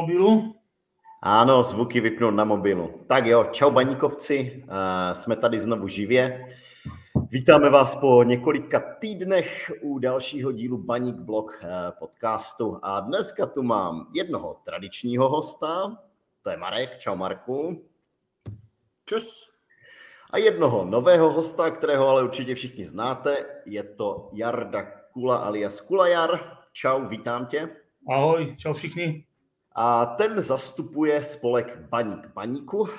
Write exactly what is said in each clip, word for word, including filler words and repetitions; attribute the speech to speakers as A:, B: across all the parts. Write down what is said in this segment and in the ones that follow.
A: mobilu?
B: Ano, zvuky vypnout na mobilu. Tak jo, čau baníkovci, uh, jsme tady znovu živě. Vítáme vás po několika týdnech u dalšího dílu Baník Blog uh, podcastu. A dneska tu mám jednoho tradičního hosta, to je Marek. Čau Marku.
C: Čus.
B: A jednoho nového hosta, kterého ale určitě všichni znáte, je to Jarda Kula alias Kulajar. Čau, vítám tě.
A: Ahoj, čau všichni.
B: A ten zastupuje spolek Baník Baníku.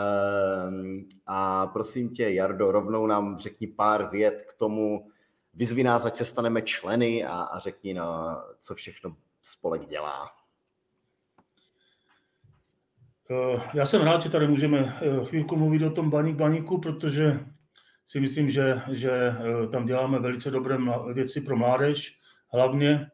B: A prosím tě, Jardo, rovnou nám řekni pár vět k tomu, vyzvi nás, ať se staneme členy a, a řekni, no, co všechno spolek dělá.
A: Já jsem rád, že tady můžeme chvílku mluvit o tom Baník Baníku, protože si myslím, že, že tam děláme velice dobré věci pro mládež, hlavně.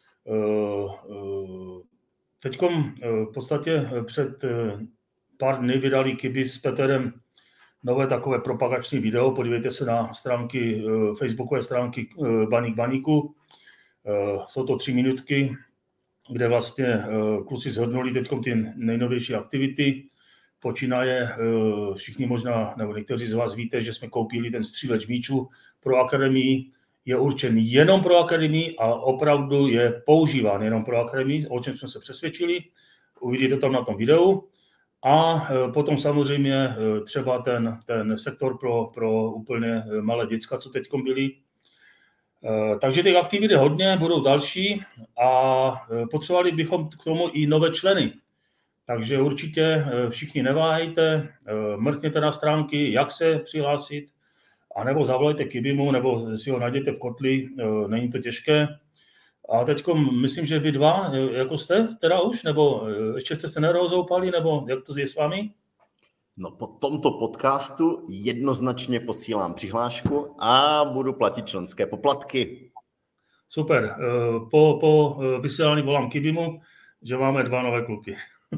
A: Teďkom v podstatě před pár dny vydali Kyby s Peterem nové takové propagační video. Podívejte se na stránky, facebookové stránky Baník Baníku. Jsou to tři minutky, kde vlastně kluci shodnuli teďkom ty nejnovější aktivity. Počínaje, všichni možná, nebo někteří z vás víte, že jsme koupili ten stříleč míčů pro akademii. Je určen jenom pro akademii a opravdu je používán jenom pro akademii, o čem jsme se přesvědčili. Uvidíte to tam na tom videu. A potom samozřejmě třeba ten, ten sektor pro, pro úplně malé děcka, co teď byli. Takže těch aktivit je hodně, budou další a potřebovali bychom k tomu i nové členy. Takže určitě všichni neváhejte, mrkněte na stránky, jak se přihlásit, a nebo zavolejte Kybimu, nebo si ho najděte v kotli, není to těžké. A teď myslím, že vy dva, jako jste teda už, nebo ještě jste se nerozhoupali, nebo jak to je s vámi?
B: No po tomto podcastu jednoznačně posílám přihlášku a budu platit členské poplatky.
A: Super. Po, po vysílání volám Kybimu, že máme dva nové kluky.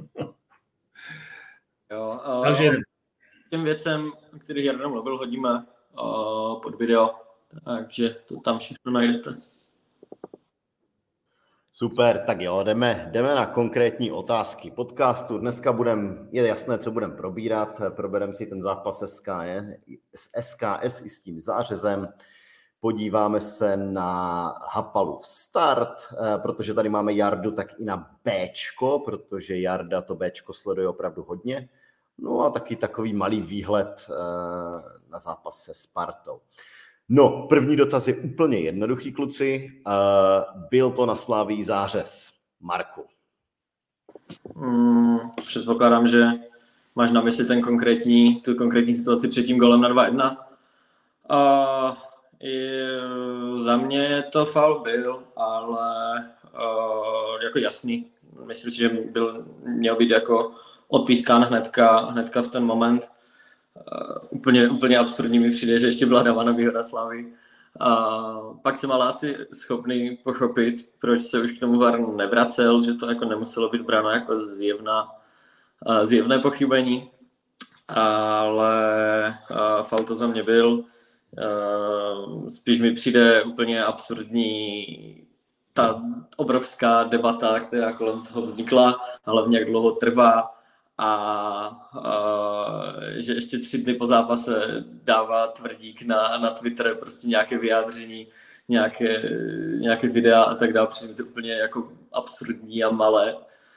C: Jo, uh, Takže těm věcem, o kterých Jarda mluvil, hodíme uh, pod video, takže to tam všechno najdete.
B: Super, tak jo, jdeme, jdeme na konkrétní otázky podcastu. Dneska budem, je jasné, co budeme probírat. Probereme si ten zápas s S K S i s tím zářezem. Podíváme se na Hapalův start, protože tady máme Jardu, tak i na Béčko, protože Jarda to Béčko sleduje opravdu hodně. No a taky takový malý výhled na zápas se Spartou. No, první dotaz je úplně jednoduchý, kluci. Byl to na Slavii zářez. Marku.
C: Hmm, předpokládám, že máš na mysli ten konkrétní, tu konkrétní situaci před tím golem na dva jedna. Uh, za mě to faul byl, ale uh, jako jasný. Myslím si, že byl, měl být jako odpískán hnedka, hnedka v ten moment. Uh, úplně, úplně absurdní mi přijde, že ještě byla dávána výhoda Slavii. Uh, pak jsem ale asi schopný pochopit, proč se už k tomu V A R nevracel, že to jako nemuselo být bráno jako zjevná, uh, zjevné pochybení, ale uh, faul to za mě byl. Uh, spíš mi přijde úplně absurdní ta obrovská debata, která kolem toho vznikla, hlavně jak dlouho trvá. A uh, že ještě tři dny po zápase dává Tvrdík na, na Twitter prostě nějaké vyjádření, nějaké, nějaké videa a tak dále. Přijde to úplně jako absurdní a malé.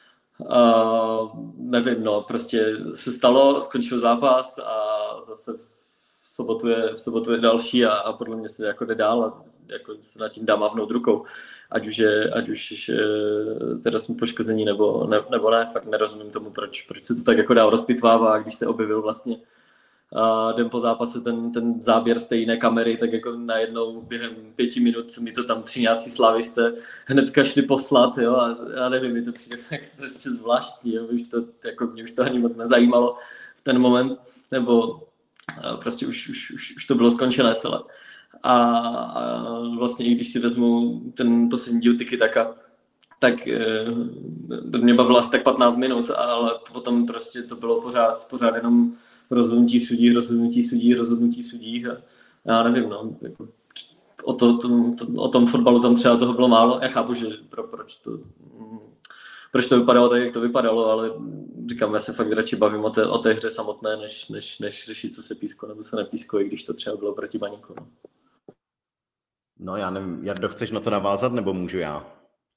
C: Uh, nevím, no, prostě se stalo, skončil zápas a zase v sobotu je, v sobotu je další a, a podle mě se jako jde dál a jako se nad tím dá mávnout rukou. Ať už, je, ať už je, teda jsme poškození nebo ne, nebo ne, fakt nerozumím tomu, proč, proč se to tak jako dál rozpitvává, když se objevil vlastně uh, den po zápase ten, ten záběr z té jiné kamery, tak jako najednou během pěti minut mi to tam tři nějací slavisté hnedka šli poslat, jo, a já nevím, mi to přijde tak strašně zvláštní, jo, už to, jako mě už to ani moc nezajímalo v ten moment, nebo uh, prostě už, už, už, už to bylo skončené celé. A, a vlastně i když si vezmu ten poslední díl Tiki Taka, tak e, mě bavilo asi tak patnáct minut, ale potom prostě to bylo pořád, pořád jenom rozhodnutí sudí, rozhodnutí sudí, rozhodnutí sudí a já nevím, no, jako, o, to, to, to, o tom fotbalu tam třeba toho bylo málo. Já chápu, že pro, proč to proč to vypadalo tak, jak to vypadalo, ale říkám, já se fakt radši bavím o té, o té hře samotné, než, než, než řešit, co se písko nebo se nepísko, i když to třeba bylo proti Baníku. No.
B: No já nevím, Jardo, chceš na to navázat, nebo můžu já?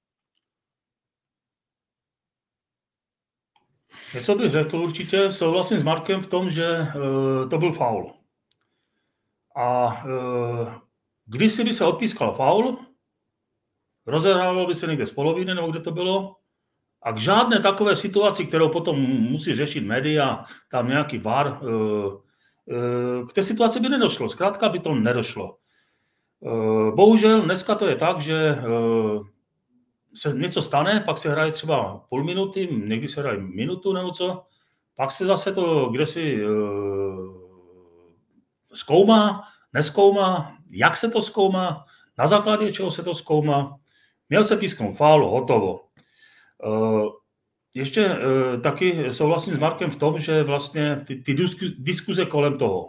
A: Něco bych řekl, určitě souhlasím s Markem v tom, že uh, to byl faul. A uh, kdysi by se odpískal faul, rozehrával by se někde z poloviny, nebo kde to bylo, a k žádné takové situaci, kterou potom musí řešit média, tam nějaký V A R, uh, uh, k té situaci by nedošlo. Zkrátka by to nedošlo. Uh, bohužel dneska to je tak, že uh, se něco stane, pak se hraje třeba půl minuty, někdy se hraje minutu nebo co, pak se zase to kdesi uh, zkoumá, neskoumá, jak se to zkoumá, na základě čeho se to zkoumá. Měl se písknout faul, hotovo. Uh, ještě uh, taky souhlasím s Markem v tom, že vlastně ty, ty diskuze kolem toho.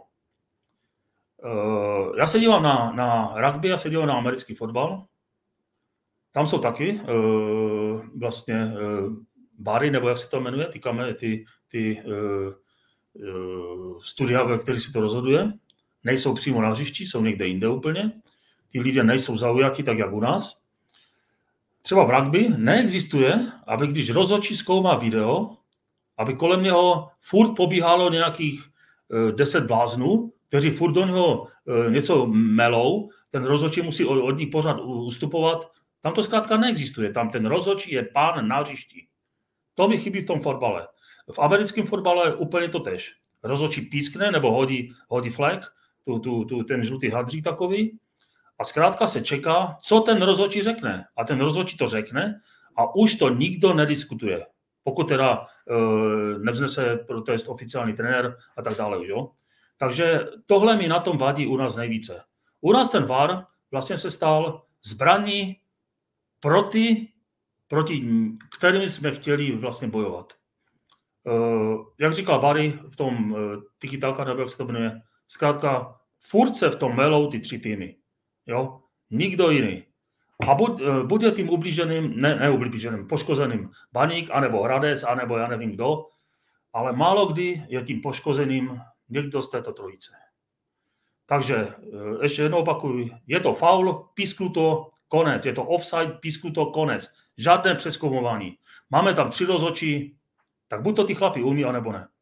A: Uh, já se dívám na, na rugby, já se dívám na americký fotbal. Tam jsou taky uh, vlastně uh, bary, nebo jak se to jmenuje, ty, kamery, ty, ty uh, uh, studia, ve kterých se to rozhoduje. Nejsou přímo na hřišti, jsou někde jinde úplně. Ty lidé nejsou zaujatí, tak jak u nás. Třeba v rugby neexistuje, aby když rozhodčí zkoumá video, aby kolem něho furt pobíhalo nějakých uh, deset bláznů, kteří furt do něho uh, něco melou, ten rozhodčí musí od, od nich pořád ustupovat. Tam to zkrátka neexistuje. Tam ten rozhodčí je pán na hřišti. To mi chybí v tom fotbale. V americkém fotbale je úplně to tež. Rozhodčí pískne nebo hodí, hodí flag, tu, tu, tu, ten žlutý hadřík takový, a zkrátka se čeká, co ten rozhodčí řekne. A ten rozhodčí to řekne a už to nikdo nediskutuje. Pokud teda e, nevznese protest oficiální trenér a tak dále. Jo? Takže tohle mi na tom vadí u nás nejvíce. U nás ten V A R vlastně se stal zbraní proti, proti kterými jsme chtěli vlastně bojovat. Uh, jak říkal Barry v tom uh, Tiki-Taka, nebo jak se to jmenuje, zkrátka furt se v tom melou ty tři týmy. Jo? Nikdo jiný. A buď, uh, buď je tím ublíženým, ne, neublíženým, poškozeným Baník, anebo Hradec, anebo já nevím kdo, ale málo kdy je tím poškozeným někdo z této trojice. Takže uh, ještě jednou opakuju, je to faul, písknuto, konec. Je to offside, písknuto, konec. Žádné přezkoumování. Máme tam tři rozhodčí, tak buď to ty chlapi umí, anebo ne.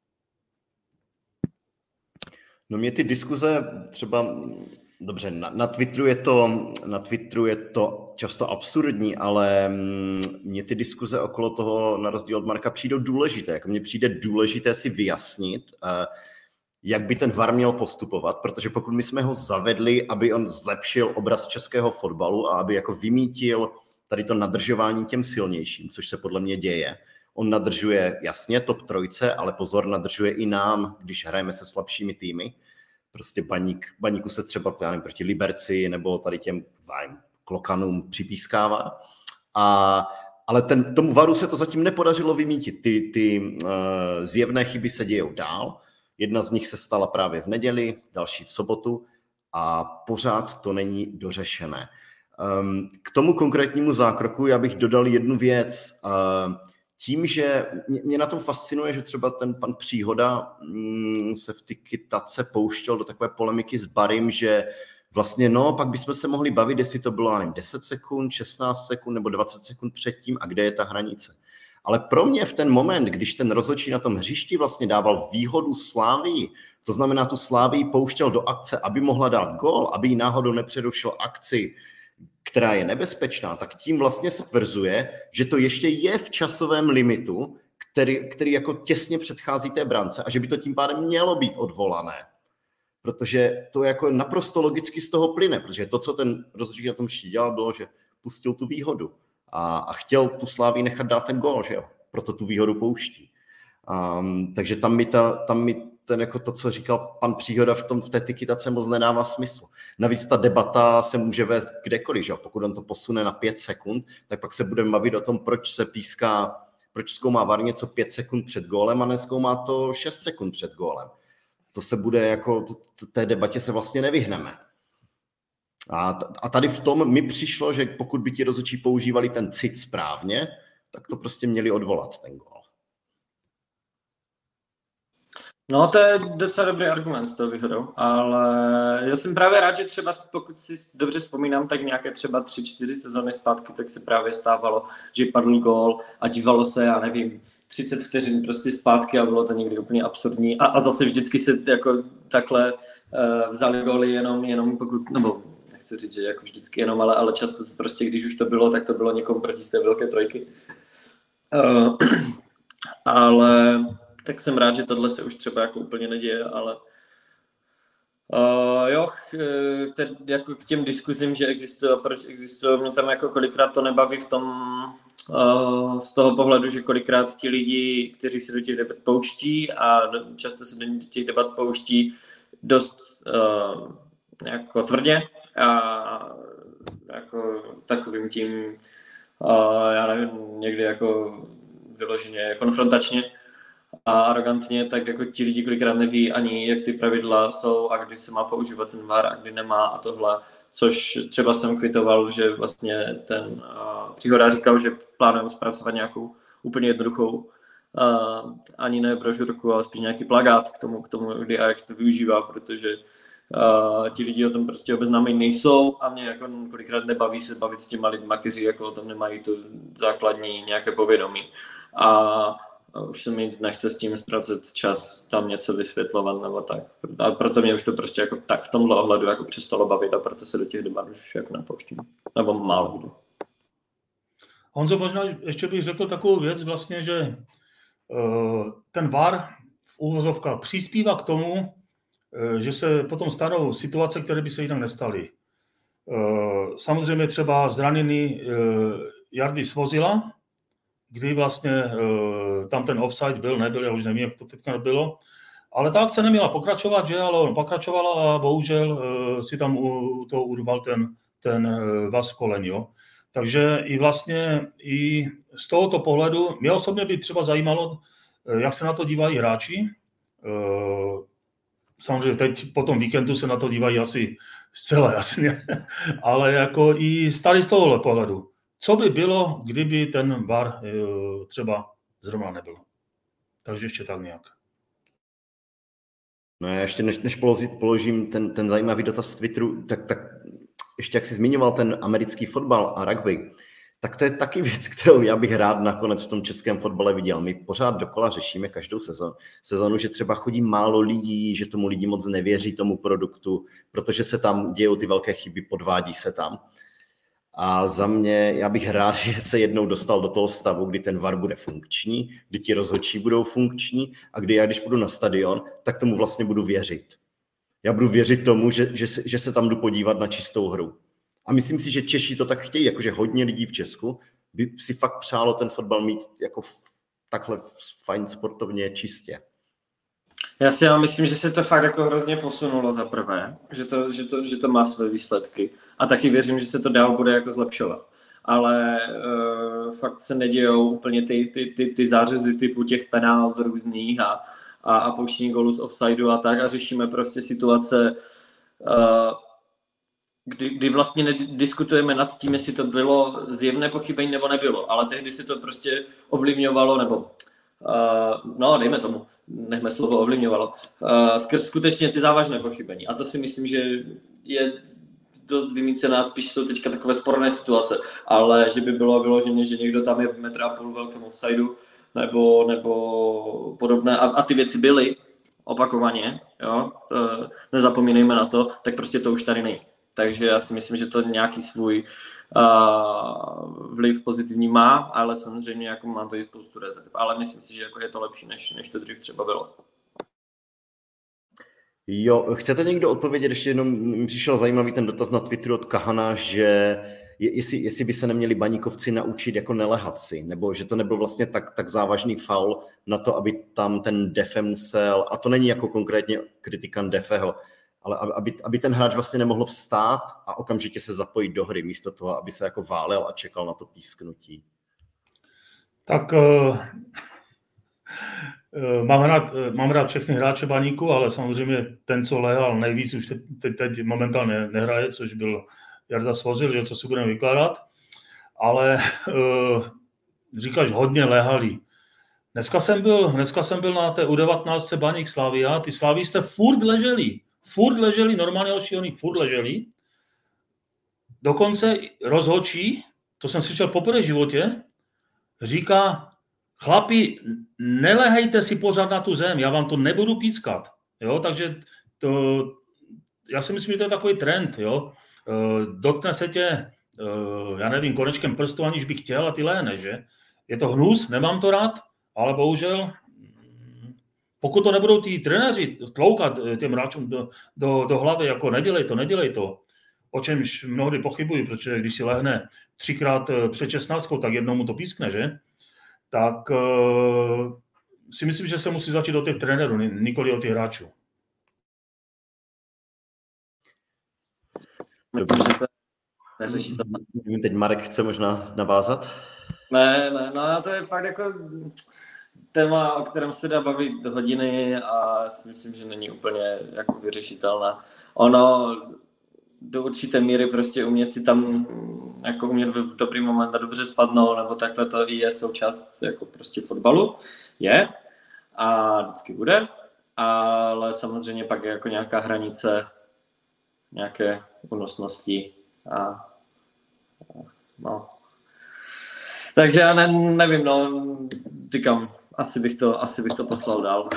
B: No mě ty diskuze třeba, dobře, na, na, Twitteru je to, na Twitteru je to často absurdní, ale mě ty diskuze okolo toho, na rozdíl od Marka, přijdou důležité. Jako mně přijde důležité si vyjasnit, jak by ten V A R měl postupovat, protože pokud my jsme ho zavedli, aby on zlepšil obraz českého fotbalu a aby jako vymítil tady to nadržování těm silnějším, což se podle mě děje. On nadržuje jasně top trojce, ale pozor, nadržuje i nám, když hrajeme se slabšími týmy. Prostě Baník, Baníku se třeba já nevím, proti Liberci nebo tady těm nevím, Klokanům připískává. A, ale ten, tomu V A Ru se to zatím nepodařilo vymítit. Ty, ty uh, zjevné chyby se dějou dál. Jedna z nich se stala právě v neděli, další v sobotu a pořád to není dořešené. Um, k tomu konkrétnímu zákroku já bych dodal jednu věc. Uh, tím, že mě, mě na tom fascinuje, že třeba ten pan Příhoda mm, se v Tiki-Tace pouštěl do takové polemiky s Barrym, že vlastně no, pak bychom se mohli bavit, jestli to bylo nevím, deset sekund, šestnáct sekund nebo dvacet sekund předtím a kde je ta hranice. Ale pro mě v ten moment, když ten rozhodčí na tom hřišti vlastně dával výhodu Slávii, to znamená tu Slávii pouštěl do akce, aby mohla dát gól, aby jí náhodou nepřerušil akci, která je nebezpečná, tak tím vlastně stvrzuje, že to ještě je v časovém limitu, který, který jako těsně předchází té brance a že by to tím pádem mělo být odvolané. Protože to jako naprosto logicky z toho plyne, protože to, co ten rozhodčí na tom hřišti dělal, bylo, že pustil tu výhodu. A, a chtěl tu Slávii nechat dát ten gól, že jo? Proto tu výhodu pouští. Um, takže tam mi, ta, tam mi ten, jako to, co říkal pan Příhoda v, tom, v té Tiki-Tace moc nedává smysl. Navíc ta debata se může vést kdekoliv, že jo? Pokud on to posune na pět sekund, tak pak se budeme bavit o tom, proč se píská, proč zkoumá V A R něco pět sekund před gólem a nezkoumá to šest sekund před gólem. To se bude jako, té debatě se vlastně nevyhneme. A, a tady v tom mi přišlo, že pokud by ti rozhodčí používali ten cit správně, tak to prostě měli odvolat, ten gól.
C: No, to je docela dobrý argument s tou výhodou, ale já jsem právě rád, že třeba pokud si dobře vzpomínám, tak nějaké třeba tři, čtyři sezóny zpátky, tak se právě stávalo, že padl gól a dívalo se, já nevím, třicet vteřin prostě zpátky a bylo to někdy úplně absurdní a, a zase vždycky se jako takhle uh, vzali góly jenom, jenom pokud, nebo nechci říct, že jako vždycky jenom, ale, ale často to prostě, když už to bylo, tak to bylo někomu proti z té velké trojky. Uh, ale tak jsem rád, že tohle se už třeba jako úplně neděje, ale uh, jo, te, jako k těm diskuzím, že existuje, proč existuje, mě tam jako kolikrát to nebaví v tom, uh, z toho pohledu, že kolikrát ti lidi, kteří se do těch debat pouští a často se do těch debat pouští dost uh, jako tvrdě a jako takovým tím, uh, já nevím, někdy jako vyloženě konfrontačně a arrogantně, tak jako ti lidi kolikrát neví ani, jak ty pravidla jsou a kdy se má používat ten V A R a kdy nemá a tohle, což třeba jsem kvitoval, že vlastně ten uh, příhoda říkal, že plánujeme zpracovat nějakou úplně jednoduchou, uh, ani ne brožurku, ale spíš nějaký plagát k tomu, k tomu, kdy Ajax to využívá, protože uh, ti lidi o tom prostě obeznámení nejsou a mě jako kolikrát nebaví se bavit s těma lidma, kteří jako o tom nemají tu základní nějaké povědomí. A už se mi nechce s tím ztracet čas tam něco vysvětlovat nebo tak. A proto mě už to prostě jako tak v tomhle ohledu jako přestalo bavit a proto se do těch debat už jako nepouštím. Nebo málo kdy.
A: Honzo, možná ještě bych řekl takovou věc vlastně, že uh, ten V A R v úvozovkách přispívá k tomu, uh, že se potom stanou situace, které by se jinak nestaly. Uh, samozřejmě třeba zraněný uh, Jardy Svozila, kdy vlastně uh, tam ten offside byl, nebyl, já už nevím, jak to teďka bylo, ale ta akce neměla pokračovat, že, ale on pokračovala a bohužel uh, si tam u toho urval ten, ten uh, vaz kolen, jo. Takže i vlastně i z tohoto pohledu, mě osobně by třeba zajímalo, uh, jak se na to dívají hráči. Uh, samozřejmě teď po tom víkendu se na to dívají asi zcela jasně, ale jako i tady z tohohle pohledu. Co by bylo, kdyby ten V A R třeba zrovna nebyl? Takže ještě tak nějak.
B: No já ještě než, než položím ten, ten zajímavý dotaz z Twitteru, tak, tak ještě jak jsi zmiňoval ten americký fotbal a rugby, tak to je taky věc, kterou já bych rád nakonec v tom českém fotbale viděl. My pořád dokola řešíme každou sezonu, sezonu, že třeba chodí málo lidí, že tomu lidi moc nevěří tomu produktu, protože se tam dějou ty velké chyby, podvádí se tam. A za mě, já bych rád, že se jednou dostal do toho stavu, kdy ten V A R bude funkční, kdy ti rozhodčí budou funkční a kdy já, když půjdu na stadion, tak tomu vlastně budu věřit. Já budu věřit tomu, že, že, se, že se tam jdu podívat na čistou hru. A myslím si, že Češi to tak chtějí, jakože hodně lidí v Česku by si fakt přálo ten fotbal mít jako takhle fajn sportovně čistě.
C: Já si já myslím, že se to fakt jako hrozně posunulo za prvé, že to, že to, že to má své výsledky a taky věřím, že se to dál bude jako zlepšovat. Ale uh, fakt se nedějou úplně ty, ty, ty, ty zářezy typu těch penál různých a, a, a pouštění gólů z offsideu a tak a řešíme prostě situace, uh, kdy, kdy vlastně nediskutujeme nad tím, jestli to bylo zjevné pochybení nebo nebylo, ale tehdy se to prostě ovlivňovalo nebo uh, no dejme tomu, nechme slovo ovlivňovalo, uh, skrz skutečně ty závažné pochybení. A to si myslím, že je dost vymýcená, spíš jsou teďka takové sporné situace, ale že by bylo vyloženě, že někdo tam je v metr a půl velkém offsideu nebo, nebo podobné a, a ty věci byly opakovaně, jo, to, nezapomínejme na to, tak prostě to už tady není. Takže já si myslím, že to nějaký svůj uh, vliv pozitivní má, ale samozřejmě jako mám to i spoustu rezerv. Ale myslím si, že jako je to lepší, než, než to dřív třeba bylo.
B: Jo, chcete někdo odpovědět? Ještě jenom mi přišel zajímavý ten dotaz na Twitteru od Kahana, že jestli, jestli by se neměli Baníkovci naučit jako nelehat si, nebo že to nebyl vlastně tak, tak závažný faul na to, aby tam ten Defe musel, a to není jako konkrétně kritika Defeho, ale aby, aby ten hráč vlastně nemohl vstát a okamžitě se zapojit do hry, místo toho, aby se jako válel a čekal na to písknutí.
A: Tak uh, mám, rád, mám rád všechny hráče Baníku, ale samozřejmě ten, co lehal nejvíc, už teď, teď, teď momentálně nehraje, což byl Jarda Svozil, že co si budeme vykládat. Ale uh, říkáš hodně lehali. Dneska jsem byl, dneska jsem byl na té U devatenáct Baník Slavia, ty Slavisté furt leželi, furt leželi, normálně oni furt leželi. Dokonce rozhodčí, to jsem slyšel poprvé v životě, říká, chlapi, nelehejte si pořád na tu zem, já vám to nebudu pískat. Jo, takže to, já si myslím, že to je takový trend. Jo. Dotkne se tě, já nevím, konečkem prstu, aniž bych chtěl a ty léhneš, že? Je to hnus, nemám to rád, ale bohužel, pokud to nebudou ty trenéři tloukat těm hráčům do, do, do hlavy, jako nedělej to, nedělej to, o čemž mnohdy pochybuji, protože když si lehne třikrát před šestnáctkou, tak jednou mu to pískne, že? Tak uh, si myslím, že se musí začít od těch trenérů, nikoli od těch hráčů.
B: Neřeší to. Teď Marek chce možná navázat?
C: Ne, ne, no to je fakt jako téma, o kterém se dá bavit hodiny a si myslím, že není úplně jako vyřešitelné. Ono do určité míry prostě umět si tam jako umět v dobrý moment a dobře spadnout, nebo takhle to i je součást jako prostě fotbalu, je a vždycky bude, ale samozřejmě pak je jako nějaká hranice nějaké únosnosti a no. Takže já ne, nevím, no, říkám, asi bych to, asi bych to poslal dál.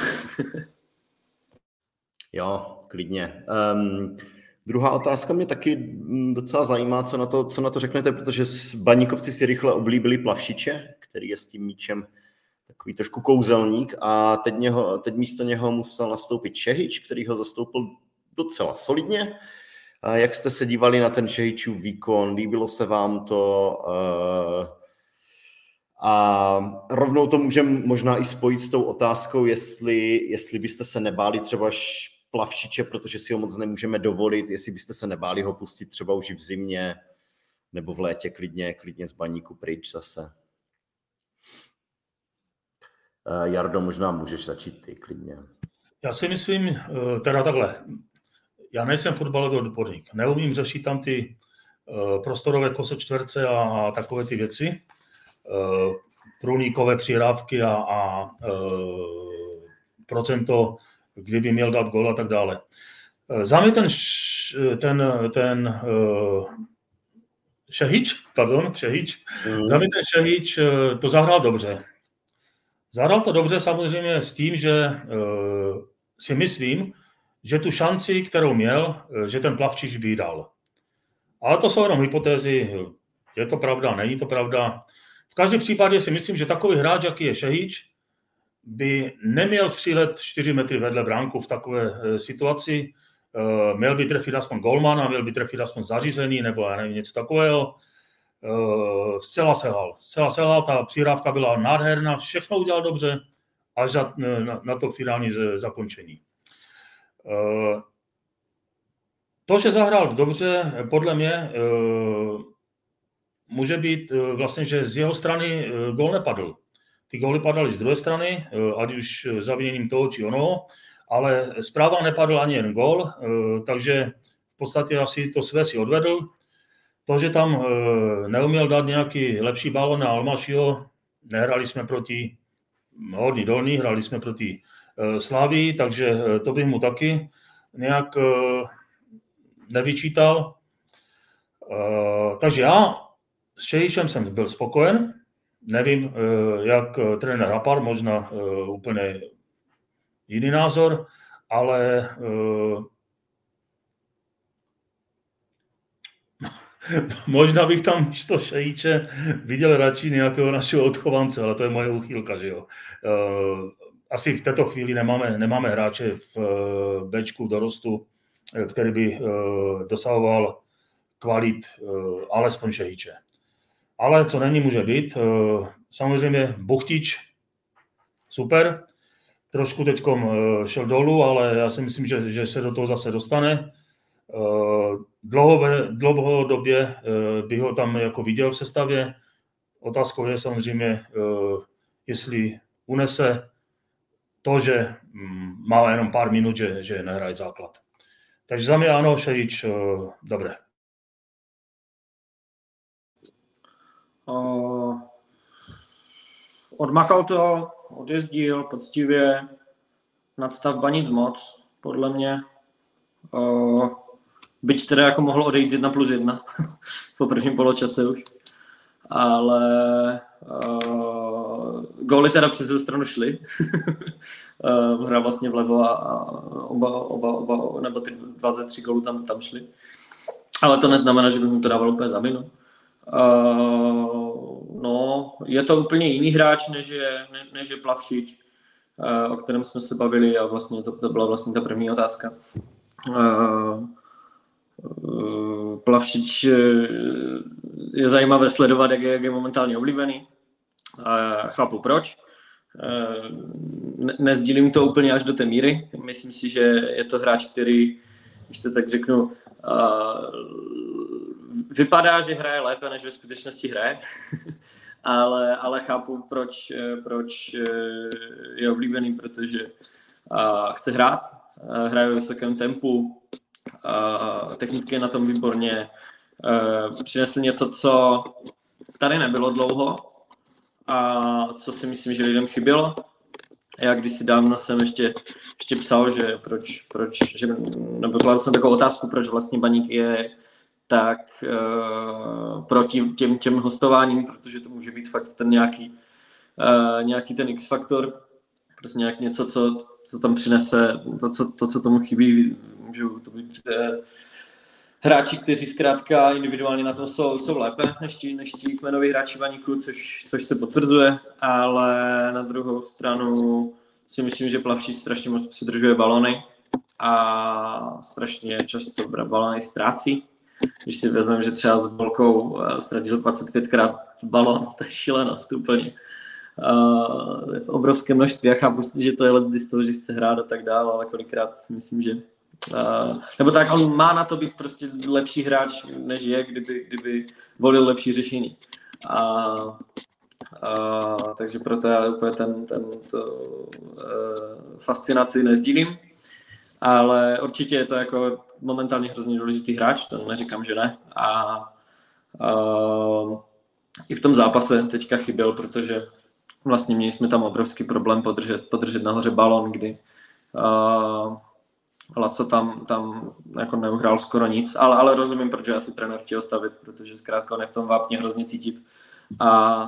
B: Jo, klidně. Um, druhá otázka mě taky docela zajímá, co na to, co na to řeknete, protože Baníkovci si rychle oblíbili Plavšiče, který je s tím míčem takový trošku kouzelník a teď, něho, teď místo něho musel nastoupit Šehič, který ho zastoupil docela solidně. A jak jste se dívali na ten Šehičův výkon? Líbilo se vám to? Uh, A rovnou to můžeme možná i spojit s tou otázkou, jestli, jestli byste se nebáli třeba Plavšiče, protože si ho moc nemůžeme dovolit, jestli byste se nebáli ho pustit třeba už i v zimě nebo v létě klidně, klidně z Baníku pryč zase. Jardo, možná můžeš začít ty klidně.
A: Já si myslím, teda takhle, já nejsem fotbalový odborník, neumím řešit tam ty prostorové kose čtverce a, a takové ty věci, průnikové přihrávky a, a e, procento, kdyby měl dát gól a tak dále. Za mě ten, ten, ten e, Šehič, pardon, Šehič, mm. za mě ten Šehič to zahrál dobře. Zahrál to dobře samozřejmě s tím, že e, si myslím, že tu šanci, kterou měl, že ten Plavšič by dal. Ale to jsou jenom hypotézy, je to pravda, není to pravda. V každém případě si myslím, že takový hráč, jaký je Šehič, by neměl střílet čtyři metry vedle bránku v takové situaci. Měl by trefit aspoň golmana, měl by trefit aspoň zařízení, nebo já nevím, něco takového. Zcela selhal. Zcela selhal, ta přihrávka byla nádherná, všechno udělal dobře, až na, na, na to finální zakončení. To, že zahrál dobře, podle mě může být vlastně, že z jeho strany gól nepadl. Ty góly padaly z druhé strany, ať už zaviněním toho či onoho, ale zpráva nepadl ani jen gól, takže v podstatě asi to své si odvedl. To, že tam neuměl dát nějaký lepší balón na Almašiho, nehrali jsme proti Horní Dolní, hrali jsme proti Slavii, takže to bych mu taky nějak nevyčítal. Takže já s Šehičem jsem byl spokojen. Nevím, jak trenér Rapar, možná úplně jiný názor, ale možná bych tam místo Šehiče viděl radši nějakého našeho odchovance, ale to je moje úchylka, že jo. Asi v této chvíli nemáme, nemáme hráče v Bčku dorostu, který by dosahoval kvalit alespoň Šehiče. Ale co není, může být. Samozřejmě Buchtič, super. Trošku teďkom šel dolů, ale já si myslím, že, že se do toho zase dostane. Dlouhodobě bych ho tam jako viděl v sestavě. Otázkou je samozřejmě, jestli unese to, že má jenom pár minut, že, že nehraje základ. Takže za mě ano, Šehič, dobré.
C: O, odmakal to, odjezdil poctivě, nadstavba nic moc, podle mě. Uh, byť teda jako mohl odejít z jedna plus jedna po prvním poločase už. Ale uh, góly teda přes druhou stranu šly. uh, hra vlastně vlevo a, a oba, oba, oba, nebo ty dva ze tři gólu tam, tam šly. Ale to neznamená, že bych mu to dával úplně za vinu. Uh, no, je to úplně jiný hráč, než je, ne, než je Plavšič, uh, o kterém jsme se bavili a vlastně to, to byla vlastně ta první otázka. Uh, uh, Plavšič je zajímavé sledovat, jak je, jak je momentálně oblíbený. Uh, chápu proč. Uh, ne, nezdílím to úplně až do té míry. Myslím si, že je to hráč, který, když to tak řeknu, uh, vypadá, že hraje lépe, než ve skutečnosti hraje, ale, ale chápu, proč, proč je oblíbený, protože uh, chce hrát, uh, hraje v vysokém tempu, uh, technicky je na tom výborně, uh, přinesl něco, co tady nebylo dlouho a co si myslím, že lidem chybělo. Já kdysi dávno jsem ještě, ještě psal, že proč, proč že, nebo kladl jsem takovou otázku, proč vlastně Baník je tak uh, proti těm, těm hostováním, protože to může být fakt ten nějaký, uh, nějaký ten X-faktor, prostě nějak něco, co, co tam přinese, to co, to, co tomu chybí, můžou to být uh, hráči, kteří zkrátka individuálně na tom jsou, jsou lépe než ti, než ti kmenoví hráči Baníku, což, což se potvrzuje, ale na druhou stranu si myslím, že Plavšič strašně moc přidržuje balony a strašně často balony ztrácí. Když si vezmeme, že třeba s Bolkou ztratil dvacet pětkrát balon, to je šílenost úplně. Uh, obrovské množství. Já chápu, že to je let z toho, že chce hrát a tak dále, ale kolikrát si myslím, že uh, nebo tak, on má na to být prostě lepší hráč, než je, kdyby, kdyby volil lepší řešení. A uh, uh, takže proto já úplně ten, ten to, uh, fascinaci nezdílím. Ale určitě je to jako momentálně hrozně důležitý hráč, to neříkám, že ne. A uh, i v tom zápase teďka chyběl, protože vlastně měli jsme tam obrovský problém podržet, podržet nahoře balon, kdy uh, Laco tam, tam jako neuhrál skoro nic, ale, ale rozumím, proč já si trenér chtěl stavit, protože zkrátka on je v tom vápně hrozně cítit. A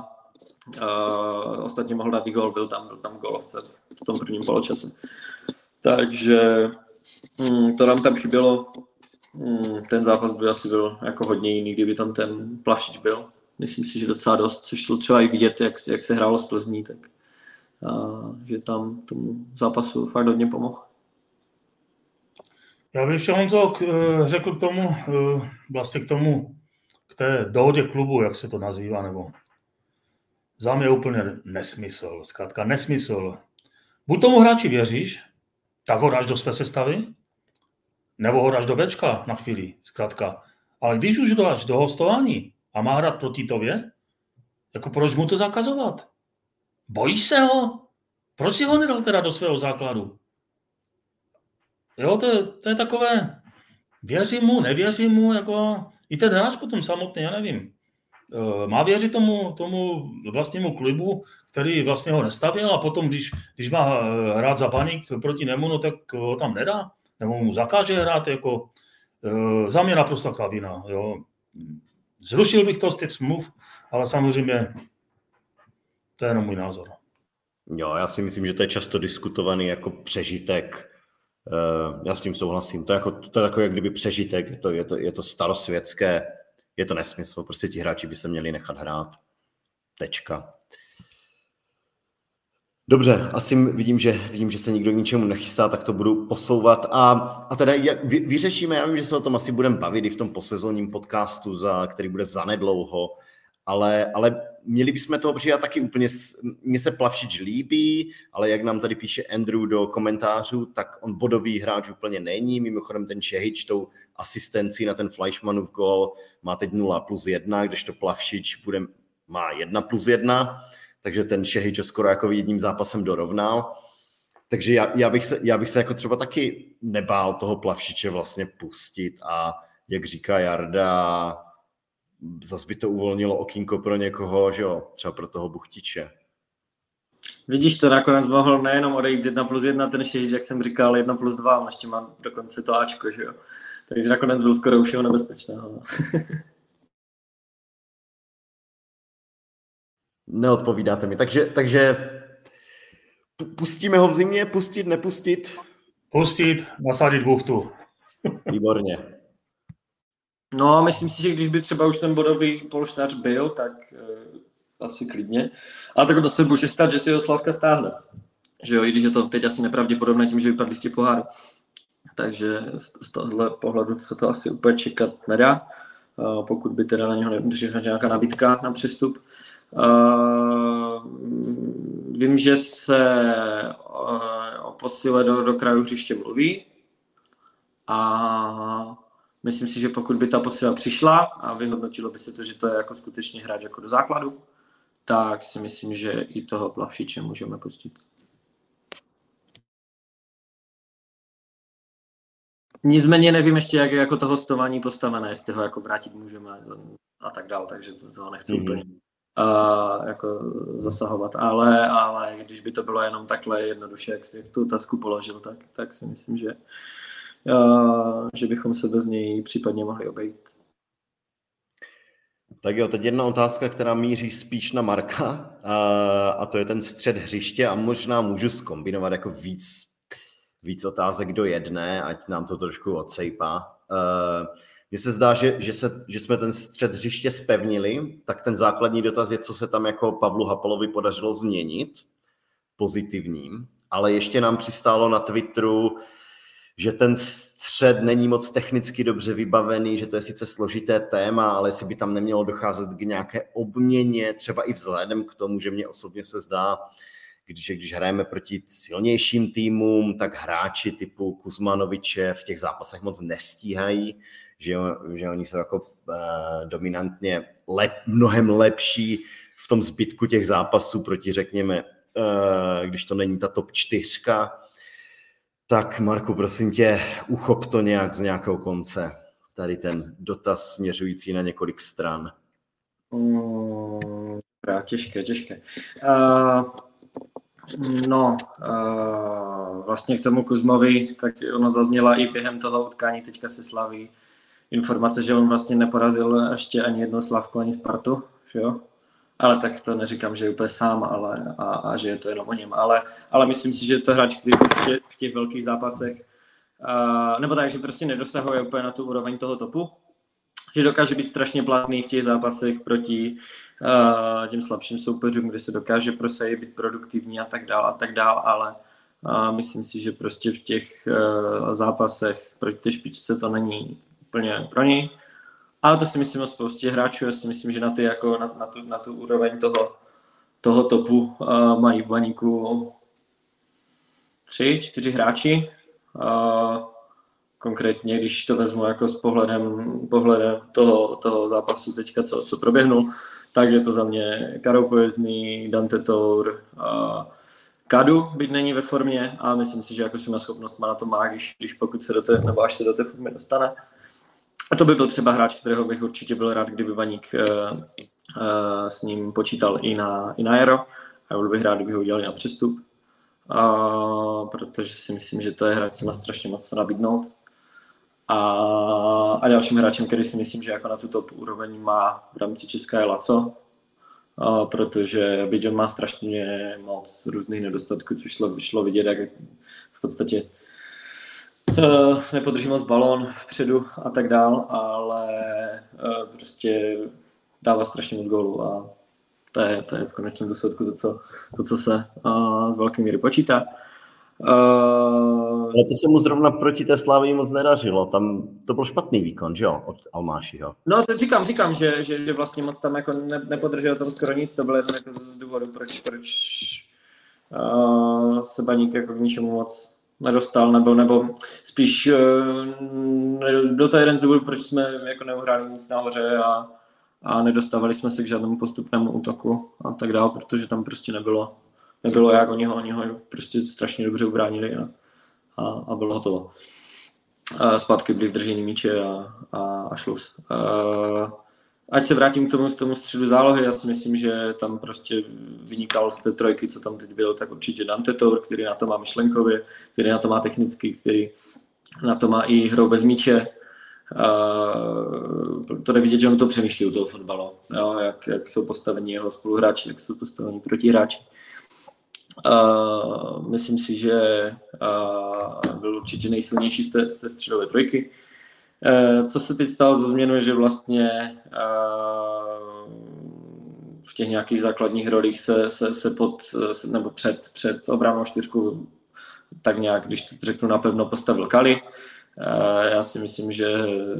C: uh, ostatně mohl dát i gól, byl tam, byl tam gólovce v tom prvním poločase. Takže hmm, to nám tam chybělo. Hmm, ten zápas by asi byl jako hodně jiný, kdyby tam ten Plavšič byl. Myslím si, že docela dost, což šlo třeba i vidět, jak, jak se hrálo z Plzní, tak a, že tam tomu zápasu fakt hodně pomohl.
A: Já bych ještě, Honzo, k, řekl k tomu, vlastně k tomu, k té dohodě klubu, jak se to nazývá, nebo za mě úplně nesmysl, zkrátka nesmysl. Buď tomu hráči věříš, tak ho dáš do své sestavy, nebo ho dáš do Bčka na chvíli, zkrátka. Ale když už dáš do hostování a má hrát proti tobě, jako proč mu to zakazovat? Bojíš se ho? Proč si ho nedal teda do svého základu? Jo, to je, to je takové, věřím mu, nevěřím mu, jako i ten hráč potom samotný, já nevím. Má věřit tomu, tomu vlastnímu klubu, který vlastně ho nestavil a potom, když, když má hrát za Baník proti němu, no, tak ho tam nedá, nebo mu zakáže hrát, jako za mě naprosto klavina. Jo. Zrušil bych to z těch smluv, ale samozřejmě to je jenom můj názor.
B: Jo, já si myslím, že to je často diskutovaný jako přežitek. Já s tím souhlasím. To je, jako, to je jako jak kdyby přežitek, je to, je to, je to starosvětské, je to nesmysl. Prostě ti hráči by se měli nechat hrát. Tečka. Dobře, asi vidím, že, vidím, že se nikdo k ničemu nechystá, tak to budu posouvat. A, a teda jak vy, vyřešíme, já vím, že se o tom asi budeme bavit i v tom posezonním podcastu, za, který bude zanedlouho, ale, ale měli bychom toho přijat taky úplně, mně se Plavšič líbí, ale jak nám tady píše Andrew do komentářů, tak on bodový hráč úplně není, mimochodem ten Čehič tou asistencí na ten Fleischmannův gól má teď nula plus jedna, kdežto Plavšič bude, má jedna plus jedna, takže ten Šehič skoro jako jedním zápasem dorovnal. Takže já, já, bych se, já bych se jako třeba taky nebál toho Plavšiče vlastně pustit a jak říká Jarda, zase by to uvolnilo okýnko pro někoho, že jo, třeba pro toho Buchtiče.
C: Vidíš, to nakonec mohl nejenom odejít z jedna plus jedna ten šejč, jak jsem říkal, jedna plus dva, on ještě má dokonce to Ačko, že jo. Takže nakonec byl skoro už jeho nebezpečného.
B: Neodpovídáte mi. Takže, takže pustíme ho v zimě, pustit, nepustit?
A: Pustit, nasadit buchtu.
B: Výborně.
C: No, myslím si, že když by třeba už ten bodový polštář byl, tak uh, asi klidně. Ale tak to se může stát, že si ho Slavka stáhne. Že jo, i když je to teď asi nepravděpodobné tím, že vypadli z těch poháru. Takže z tohohle pohledu se to asi úplně čekat nedá, uh, pokud by teda na něho nepřišla nějaká nabídka na přestup. Uh, vím, že se uh, o posile do, do kraju hřiště mluví a myslím si, že pokud by ta posila přišla a vyhodnotilo by se to, že to je jako skutečně hráč jako do základu, tak si myslím, že i toho Plavšiče můžeme pustit. Nicméně nevím ještě, jak je jako to hostování postavené, jestli ho jako vrátit můžeme a tak dál, takže to, toho nechci mm-hmm. úplně uh, jako zasahovat, ale, ale když by to bylo jenom takhle jednoduše, jak si tu otázku položil, tak, tak si myslím, že, uh, že bychom se bez něj případně mohli obejít.
B: Tak jo, teď jedna otázka, která míří spíš na Marka, uh, a to je ten střed hřiště a možná můžu zkombinovat jako víc víc otázek do jedné, ať nám to trošku odsejpá. Mně se zdá, že, že, se, že jsme ten střed hřiště zpevnili, tak ten základní dotaz je, co se tam jako Pavlu Hapalovi podařilo změnit pozitivním, ale ještě nám přistálo na Twitteru, že ten střed není moc technicky dobře vybavený, že to je sice složité téma, ale jestli by tam nemělo docházet k nějaké obměně, třeba i vzhledem k tomu, že mě osobně se zdá, Když, když hrajeme proti silnějším týmům, tak hráči typu Kuzmanoviče v těch zápasech moc nestíhají, že, že oni jsou jako uh, dominantně lep, mnohem lepší v tom zbytku těch zápasů proti, řekněme, uh, když to není ta top čtyřka. Tak Marku, prosím tě, uchop to nějak z nějakého konce. Tady ten dotaz směřující na několik stran.
C: Mm, těžké, těžké. Uh... No, uh, vlastně k tomu Kuzmovi, tak ono zazněla i během toho utkání teďka se Slaví informace, že on vlastně neporazil ještě ani jednu Slavku, ani Spartu, že jo? Ale tak to neříkám, že je úplně sám, ale, a, a že je to jenom o něm, ale, ale myslím si, že to hráč, který prostě v těch velkých zápasech, uh, nebo tak, že prostě nedosahuje úplně na tu úroveň toho topu, že dokáže být strašně platný v těch zápasech proti uh, těm slabším soupeřům, kde se dokáže prosadit, být produktivní a tak dál a tak dál, ale uh, myslím si, že prostě v těch uh, zápasech proti té špičce to není úplně pro něj. Ale to si myslím o spoustě hráčů, já si myslím, že na, ty, jako na, na, tu, na tu úroveň toho, toho topu uh, mají v baníku tři, čtyři hráči. Uh, Konkrétně, když to vezmu jako s pohledem, pohledem toho, toho zápasu teďka, co, co proběhnul, tak je to za mě Karol Pojezný, Dante Tour, a Kadu, byť není ve formě a myslím si, že jako svýma schopnostma na to má, když, když pokud se do té, nebo až se do té formy dostane. A to by byl třeba hráč, kterého bych určitě byl rád, kdyby Baník uh, uh, s ním počítal i na, i na Jaro a byl bych rád, kdyby ho udělali na přestup, uh, protože si myslím, že to je hráč, co má strašně moc co nabídnout. A, a dalším hráčem, který si myslím, že jako na tu top úroveň má v rámci Česka je Laco, a protože byť on má strašně moc různých nedostatků, což šlo, šlo vidět, jak v podstatě uh, nepodrží moc balón vpředu a tak dál, ale uh, prostě dává strašně moc gólů a to je, to je v konečném důsledku to, co, to, co se uh, z velké míry počítá. Uh,
B: Ale to se mu zrovna proti té Slavii moc nedařilo. Tam to byl špatný výkon, že jo, od Almášiho.
C: No to říkám, říkám, že, že, že vlastně moc tam jako ne, nepodržel tam skoro nic, to bylo jenom jako z důvodu, proč, proč uh, se Baník jako k ničemu moc nedostal, nebo, nebo spíš uh, byl to jeden z důvodů, proč jsme jako neuhráli nic nahoře a, a nedostávali jsme se k žádnému postupnému útoku a tak dále, protože tam prostě nebylo Nebylo jak, oni ho, oni ho prostě strašně dobře ubránili a, a, a bylo hotovo. A zpátky byli v držení míče a, a, a šluz. A, ať se vrátím k tomu, k tomu středu zálohy, já si myslím, že tam prostě vynikal z té trojky, co tam teď bylo, tak určitě Dante Tour, který na to má myšlenkově, který na to má technicky, který na to má i hrou bez míče. Uh, to jde vidět, že on to přemýšlí u toho fotbalu, jo, jak, jak jsou postavení jeho spoluhráči, jak jsou postavení protihráči. Uh, myslím si, že uh, byl určitě nejsilnější z té, z té středové trojky. Uh, co se teď stalo za změnu, že vlastně uh, v těch nějakých základních rolích se, se, se pod, nebo před, před obrannou čtyřku tak nějak, když to řeknu napevno, postavil Kali. Uh, já si myslím, že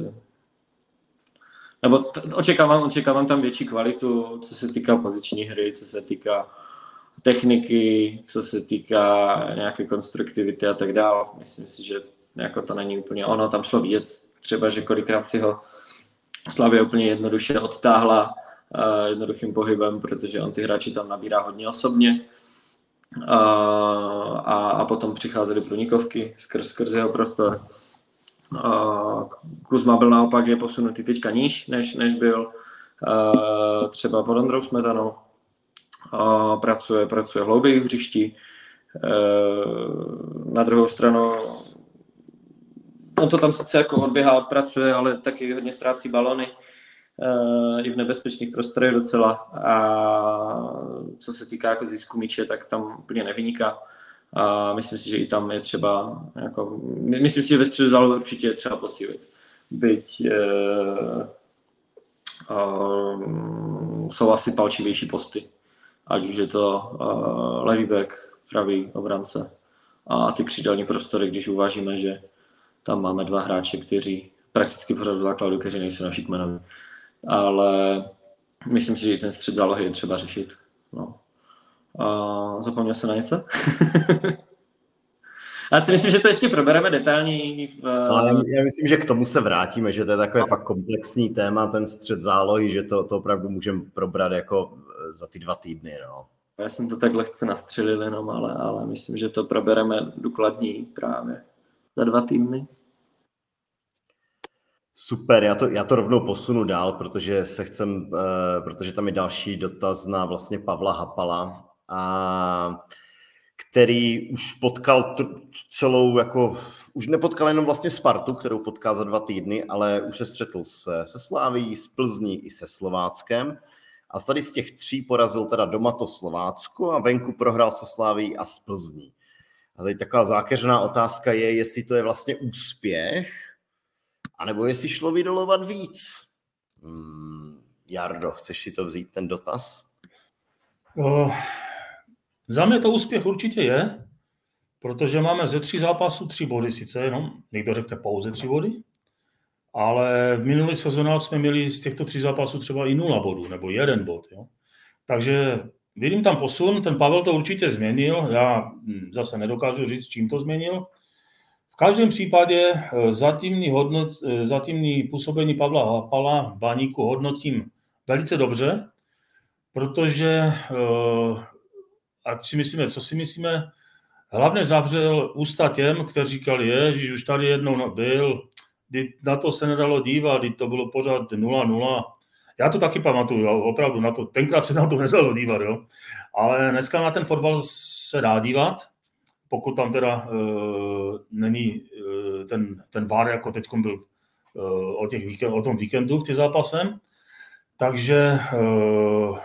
C: nebo t- očekávám, očekávám tam větší kvalitu, co se týká poziční hry, co se týká techniky, co se týká nějaké konstruktivity a tak dále. Myslím si, že jako to není úplně ono. Tam šlo vidět třeba, že kolikrát si ho Slavia úplně jednoduše odtáhla uh, jednoduchým pohybem, protože on ty hráči tam nabírá hodně osobně. Uh, a, a potom přicházely průnikovky skrz, skrz jeho prostor. Uh, Kuzma byl naopak je posunutý teďka níž, než, než byl uh, třeba pod Ondrou Smetanou. Uh, pracuje, pracuje hlouběji v hřišti. Uh, na druhou stranu on to tam sice jako odběhá, pracuje, ale taky hodně ztrácí balony. Uh, i v nebezpečných prostorech docela. A co se týká jako zisku míče, tak tam úplně nevyniká. A myslím si, že i tam je třeba, jako, myslím si, že ve středu zálohy určitě je třeba posílit. Byť uh, uh, jsou asi palčivější posty. Ať už je to uh, levý back, pravý obránce a ty křídelní prostory, když uvažíme, že tam máme dva hráče, kteří prakticky pořád v základu, kteří nejsou naši kmenoví. Ale myslím si, že ten střed zálohy je třeba řešit. No. A zapomněl se na něco? Já si myslím, že to ještě probereme detailně. V...
B: Ale já myslím, že k tomu se vrátíme, že to je takové fakt komplexní téma, ten střed zálohy, že to, to opravdu můžeme probrat jako za ty dva týdny. No.
C: Já jsem to tak lehce nastřelil jenom, ale, ale myslím, že to probereme důkladněji právě za dva týdny.
B: Super, já to, já to rovnou posunu dál, protože se chcem, uh, protože tam je další dotaz na vlastně Pavla Hapala, a který už potkal t- celou, jako, už nepotkal jenom vlastně Spartu, kterou potkal za dva týdny, ale už se střetl se, se Slavií, s Plzní i se Slováckem. A tady z těch tří porazil teda doma to Slovácko a venku prohrál se Slavií a s Plzní. A tady taková zákeřná otázka je, jestli to je vlastně úspěch, anebo jestli šlo vydolovat víc. Hmm, Jardo, chceš si to vzít, ten dotaz?
A: O, za mě to úspěch určitě je, protože máme ze tří zápasů tři body sice jenom, někdo řekne pouze tři body, ale v minulý sezónách jsme měli z těchto tří zápasů třeba i nula bodů, nebo jeden bod. Jo? Takže vidím tam posun, ten Pavel to určitě změnil, já zase nedokážu říct, čím to změnil. V každém případě zatímní, hodnot, zatímní působení Pavla Hapala Baníku hodnotím velice dobře, protože, ať si myslíme, co si myslíme, hlavně zavřel ústa těm, kteří říkali, ježiš, už tady jednou byl, na to se nedalo dívat, to bylo pořád nula nula. Já to taky pamatuju, jo, opravdu, na to, tenkrát se na to nedalo dívat, jo. Ale dneska na ten fotbal se dá dívat, pokud tam teda uh, není uh, ten, ten V A R, jako teď byl uh, o, těch víkend, o tom víkendu v těch zápasem. Takže uh,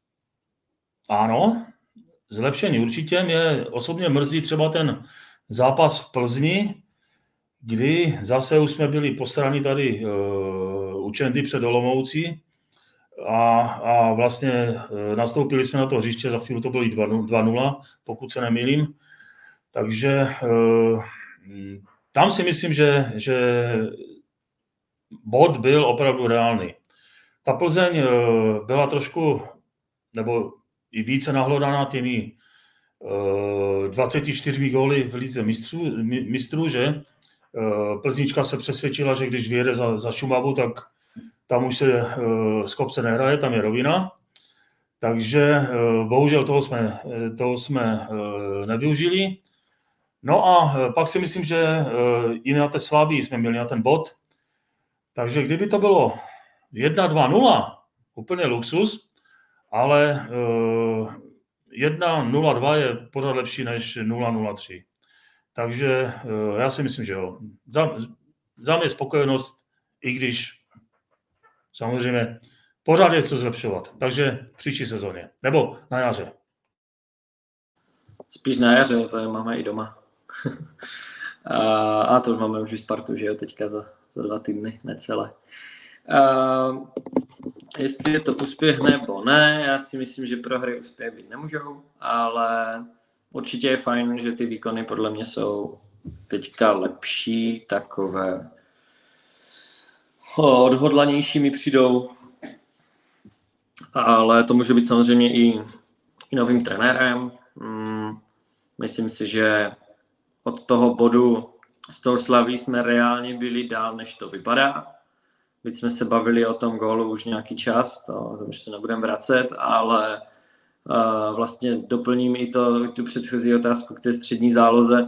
A: ano, zlepšení určitě. Mě osobně mrzí třeba ten zápas v Plzni, kdy zase už jsme byli posraní tady uh, u Čendy před Olomoucí a, a vlastně uh, nastoupili jsme na to hřiště, za chvíli to bylo i dva nula, pokud se nemýlím. Takže uh, tam si myslím, že, že bod byl opravdu reálný. Ta Plzeň uh, byla trošku, nebo i více nahlodaná těmi uh, dvaceti čtyřmi góly v lize mistrů, mistrů, že? Plznička se přesvědčila, že když vyjede za, za Šumavu, tak tam už se uh, z kopce nehraje, tam je rovina. Takže uh, bohužel toho jsme, toho jsme uh, nevyužili. No a uh, pak si myslím, že uh, i na té Slavii jsme měli na ten bod. Takže kdyby to bylo jedna dva nula, úplně luxus, ale jedna nula dva je pořád lepší než nula nula tři. Takže já si myslím, že jo. Za, za mě spokojenost, i když samozřejmě pořád je co zlepšovat. Takže v příští sezóně. Nebo na jaře.
C: Spíš na jaře, to je máme i doma. a, a to už máme už Spartu, že jo, teďka za, za dva týdny, necelé. Uh, jestli je to úspěch nebo ne, já si myslím, že prohry úspěch být nemůžou, ale určitě je fajn, že ty výkony podle mě jsou teďka lepší, takové odhodlanější mi přijdou, ale to může být samozřejmě i, i novým trenérem. Hmm, myslím si, že od toho bodu z toho Slaví jsme reálně byli dál, než to vypadá. Byť jsme se bavili o tom gólu už nějaký čas, to už se nebudeme vracet, ale uh, vlastně doplním i to, tu předchozí otázku k té střední záloze.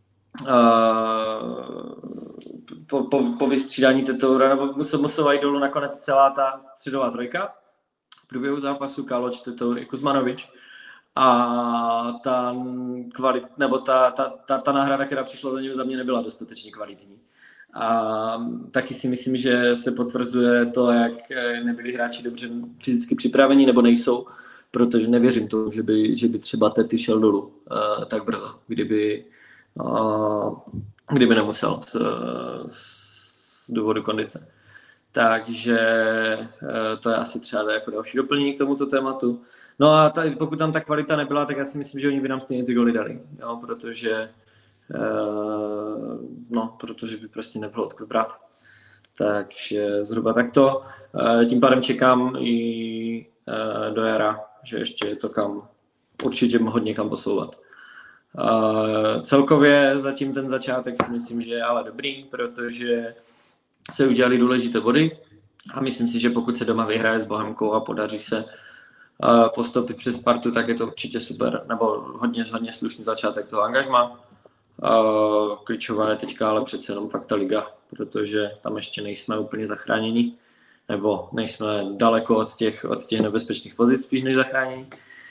C: Uh, po, po, po vystřídání Tetoura, nebo musel, musela jít dolů nakonec celá ta středová trojka. V průběhu zápasu Kaloč, Tetour i Kuzmanovič. A ta kvalit, nebo ta, ta, ta, ta náhrada, která přišla za něj, za mě nebyla dostatečně kvalitní. A taky si myslím, že se potvrzuje to, jak nebyli hráči dobře fyzicky připraveni, nebo nejsou, protože nevěřím tomu, že by, že by třeba Tety šel dolů uh, tak brzo, kdyby, uh, kdyby nemusel z, z důvodu kondice. Takže uh, to je asi třeba jako další doplnění k tomuto tématu. No a tady, pokud tam ta kvalita nebyla, tak já si myslím, že oni by nám stejně ty goly dali, jo, protože uh, no, protože by prostě nebylo odkud brát. Takže zhruba takto. Uh, tím pádem čekám i uh, do jara, že ještě je to kam, určitě hodně kam posouvat. Uh, celkově zatím ten začátek si myslím, že je ale dobrý, protože se udělali důležité body a myslím si, že pokud se doma vyhraje s Bohemkou a podaří se postupit přes Spartu, tak je to určitě super, nebo hodně, hodně slušný začátek toho angažma. Klíčová je teďka ale přece jenom fakt ta liga, protože tam ještě nejsme úplně zachráněni, nebo nejsme daleko od těch, od těch nebezpečných pozic spíš než zachráněni.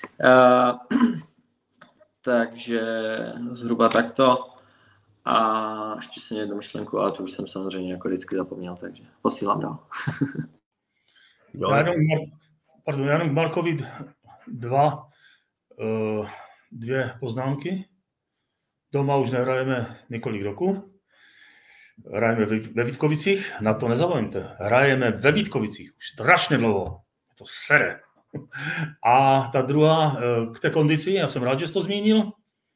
C: Takže zhruba takto. A ještě jsem jednu myšlenku, ale to už jsem samozřejmě jako vždycky zapomněl, takže posílám dál.
A: Já jenom, pardon, já jenom k Markovi dva, uh, dvě poznámky. Doma už nehrajeme několik roků. Hrajeme ve Vítkovicích, na to nezapomeňte. Hrajeme ve Vítkovicích už strašně dlouho. To sere. A ta druhá, k té kondici, já jsem rád, že jsi to zmínil.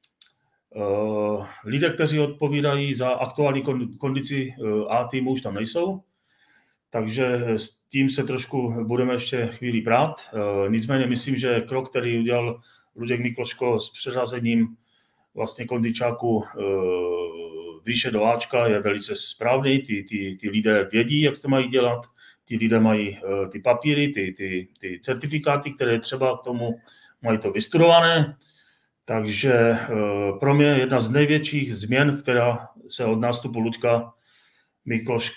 A: Lidé, kteří odpovídají za aktuální kondici A týmu, už tam nejsou. Takže s tím se trošku budeme ještě chvíli prát. Nicméně myslím, že krok, který udělal Luděk Mikloško s přeřazením vlastně kondičáku výše do Ačka, je velice správný. Ty, ty, ty lidé vědí, jak to mají dělat. Ty lidé mají ty papíry, ty, ty, ty certifikáty, které třeba k tomu mají to vystudované. Takže pro mě jedna z největších změn, která se od nástupu Luďka Mikloška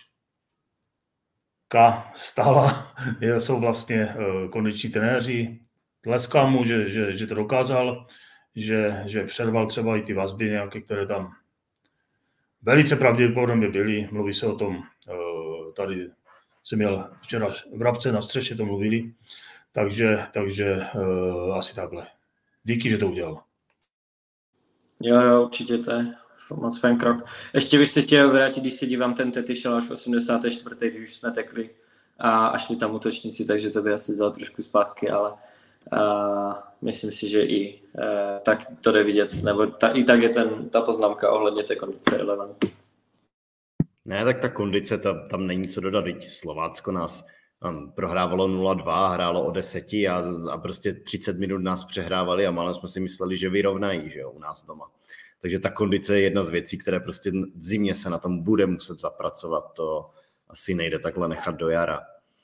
A: stala, jsou vlastně kondiční trenéři. Tleskám mu, že, že, že to dokázal, že, že přerval třeba i ty vazby nějaké, které tam velice pravděpodobně byly. Mluví se o tom, tady jsem měl včera v Rabce na střeše, to mluvili, takže, takže asi takhle. Díky, že to udělal.
C: Jo, jo, určitě to je moc fajn krok. Ještě bych se chtěl vrátit, když se dívám, ten Tety šel až v osmdesátém čtvrtém když už jsme tekli a, a šli tam útočníci, takže to by asi vzal trošku zpátky, ale a, myslím si, že i a, tak to jde vidět, nebo ta, i tak je ten, ta poznámka ohledně té kondice relevantní.
B: Ne, tak ta kondice, ta, tam není co dodat. Slovácko nás um, prohrávalo nula dva, hrálo o deseti a, a prostě třicet minut nás přehrávali a málem jsme si mysleli, že vyrovnají, že jo, u nás doma. Takže ta kondice je jedna z věcí, které prostě v zimě se na tom bude muset zapracovat. To asi nejde takhle nechat do jara.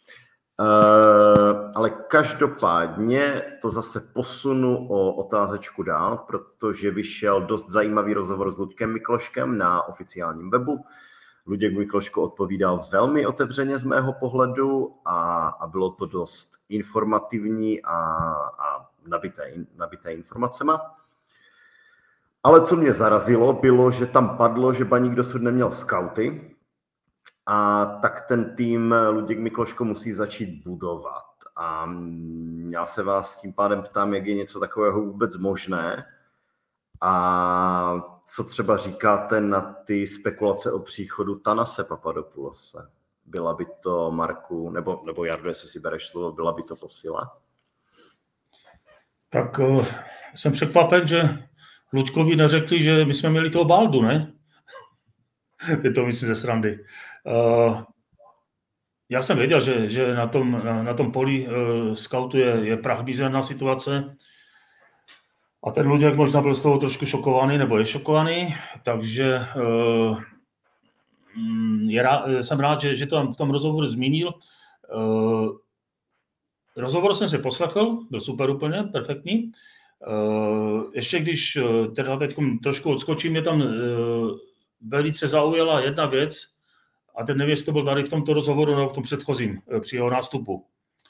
B: Uh, ale každopádně to zase posunu o otázečku dál, protože vyšel dost zajímavý rozhovor s Luďkem Mikloškem na oficiálním webu. Luděk Mikloško odpovídal velmi otevřeně z mého pohledu a, a bylo to dost informativní a, a nabité, nabité informacema. Ale co mě zarazilo, bylo, že tam padlo, že Baník dosud neměl skauty a tak ten tým Luděk Mikloško musí začít budovat. A já se vás tím pádem ptám, jak je něco takového vůbec možné a co třeba říkáte na ty spekulace o příchodu Thanase Papadopoulose. Byla by to, Marku, nebo, nebo Jardo, jestli si bereš slovo, byla by to posila?
A: Tak uh, jsem překvapen, že Luďkovi neřekli, že my jsme měli toho Baldu, ne? Je to myslím ze srandy. Uh, já jsem věděl, že, že na, tom, na, na tom poli uh, scoutu je, je prachbízelná situace a ten Luděk možná byl z toho trošku šokovaný, nebo je šokovaný, takže uh, je rád, jsem rád, že, že to tam v tom rozhovoru zmínil. Uh, rozhovor jsem si poslechl, byl super úplně, perfektní. Uh, ještě když uh, teda teď trošku odskočím, mě tam uh, velice zaujala jedna věc, a ten nevím, jestli to byl tady v tomto rozhovoru nebo v tom předchozím uh, při jeho nástupu.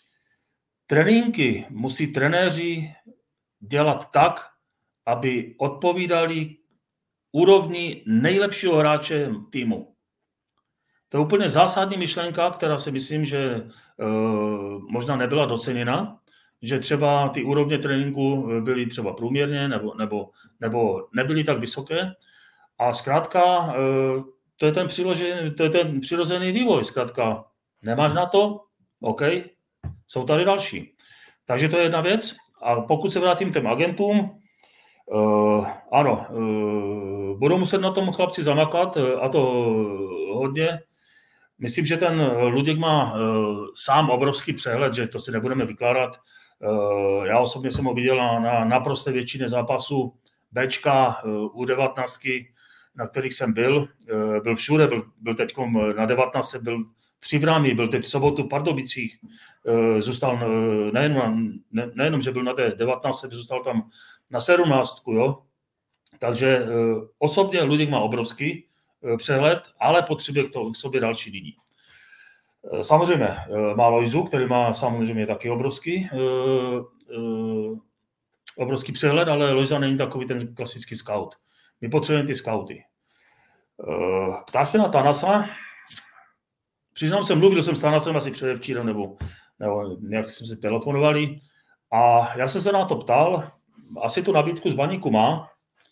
A: Tréninky musí trenéři dělat tak, aby odpovídali úrovni nejlepšího hráče týmu. To je úplně zásadní myšlenka, která si myslím, že uh, možná nebyla doceněna, že třeba ty úrovně tréninku byly třeba průměrně nebo, nebo, nebo nebyly tak vysoké. A zkrátka, to je ten, přiložený, to je ten přirozený vývoj. Zkrátka, nemáš na to? OK, jsou tady další. Takže to je jedna věc. A pokud se vrátím k těm agentům, uh, ano, uh, budou muset na tom chlapci zamakat, a to hodně. Myslím, že ten Luděk má uh, sám obrovský přehled, že to si nebudeme vykládat. Já osobně jsem ho viděl na, na naprosté většině zápasů Bčka, U devatenáct, na kterých jsem byl. Byl všude, byl, byl teď na devatenáct, byl při Brámě, byl teď v sobotu v Pardubicích. Zůstal nejenom, ne, nejenom, že byl na té devatenáct, zůstal tam na sedmnáct. Jo? Takže osobně Luděk má obrovský přehled, ale potřebuje k, to, k sobě další lidi. Samozřejmě má Lojzu, který má samozřejmě taky obrovský, uh, uh, obrovský přehled, ale Lojza není takový ten klasický scout. My potřebujeme ty scouty. Uh, ptáš se na Thanasa? Přiznám se, mluvil jsem s Thanasem asi předevčírem, nebo, nebo nějak jsme si telefonovali. A já jsem se na to ptal, asi tu nabídku z Baníku má,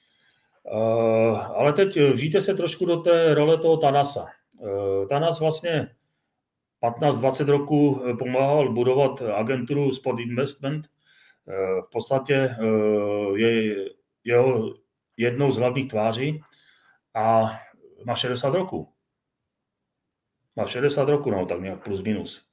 A: uh, ale teď vžijte se trošku do té role toho Thanasa. Uh, Thanas vlastně patnáct dvacet roků pomáhal budovat agenturu Sport Investment. V podstatě je jeho jednou z hlavních tváří a má šedesát roků. Má šedesát roků, no tak nějak plus minus.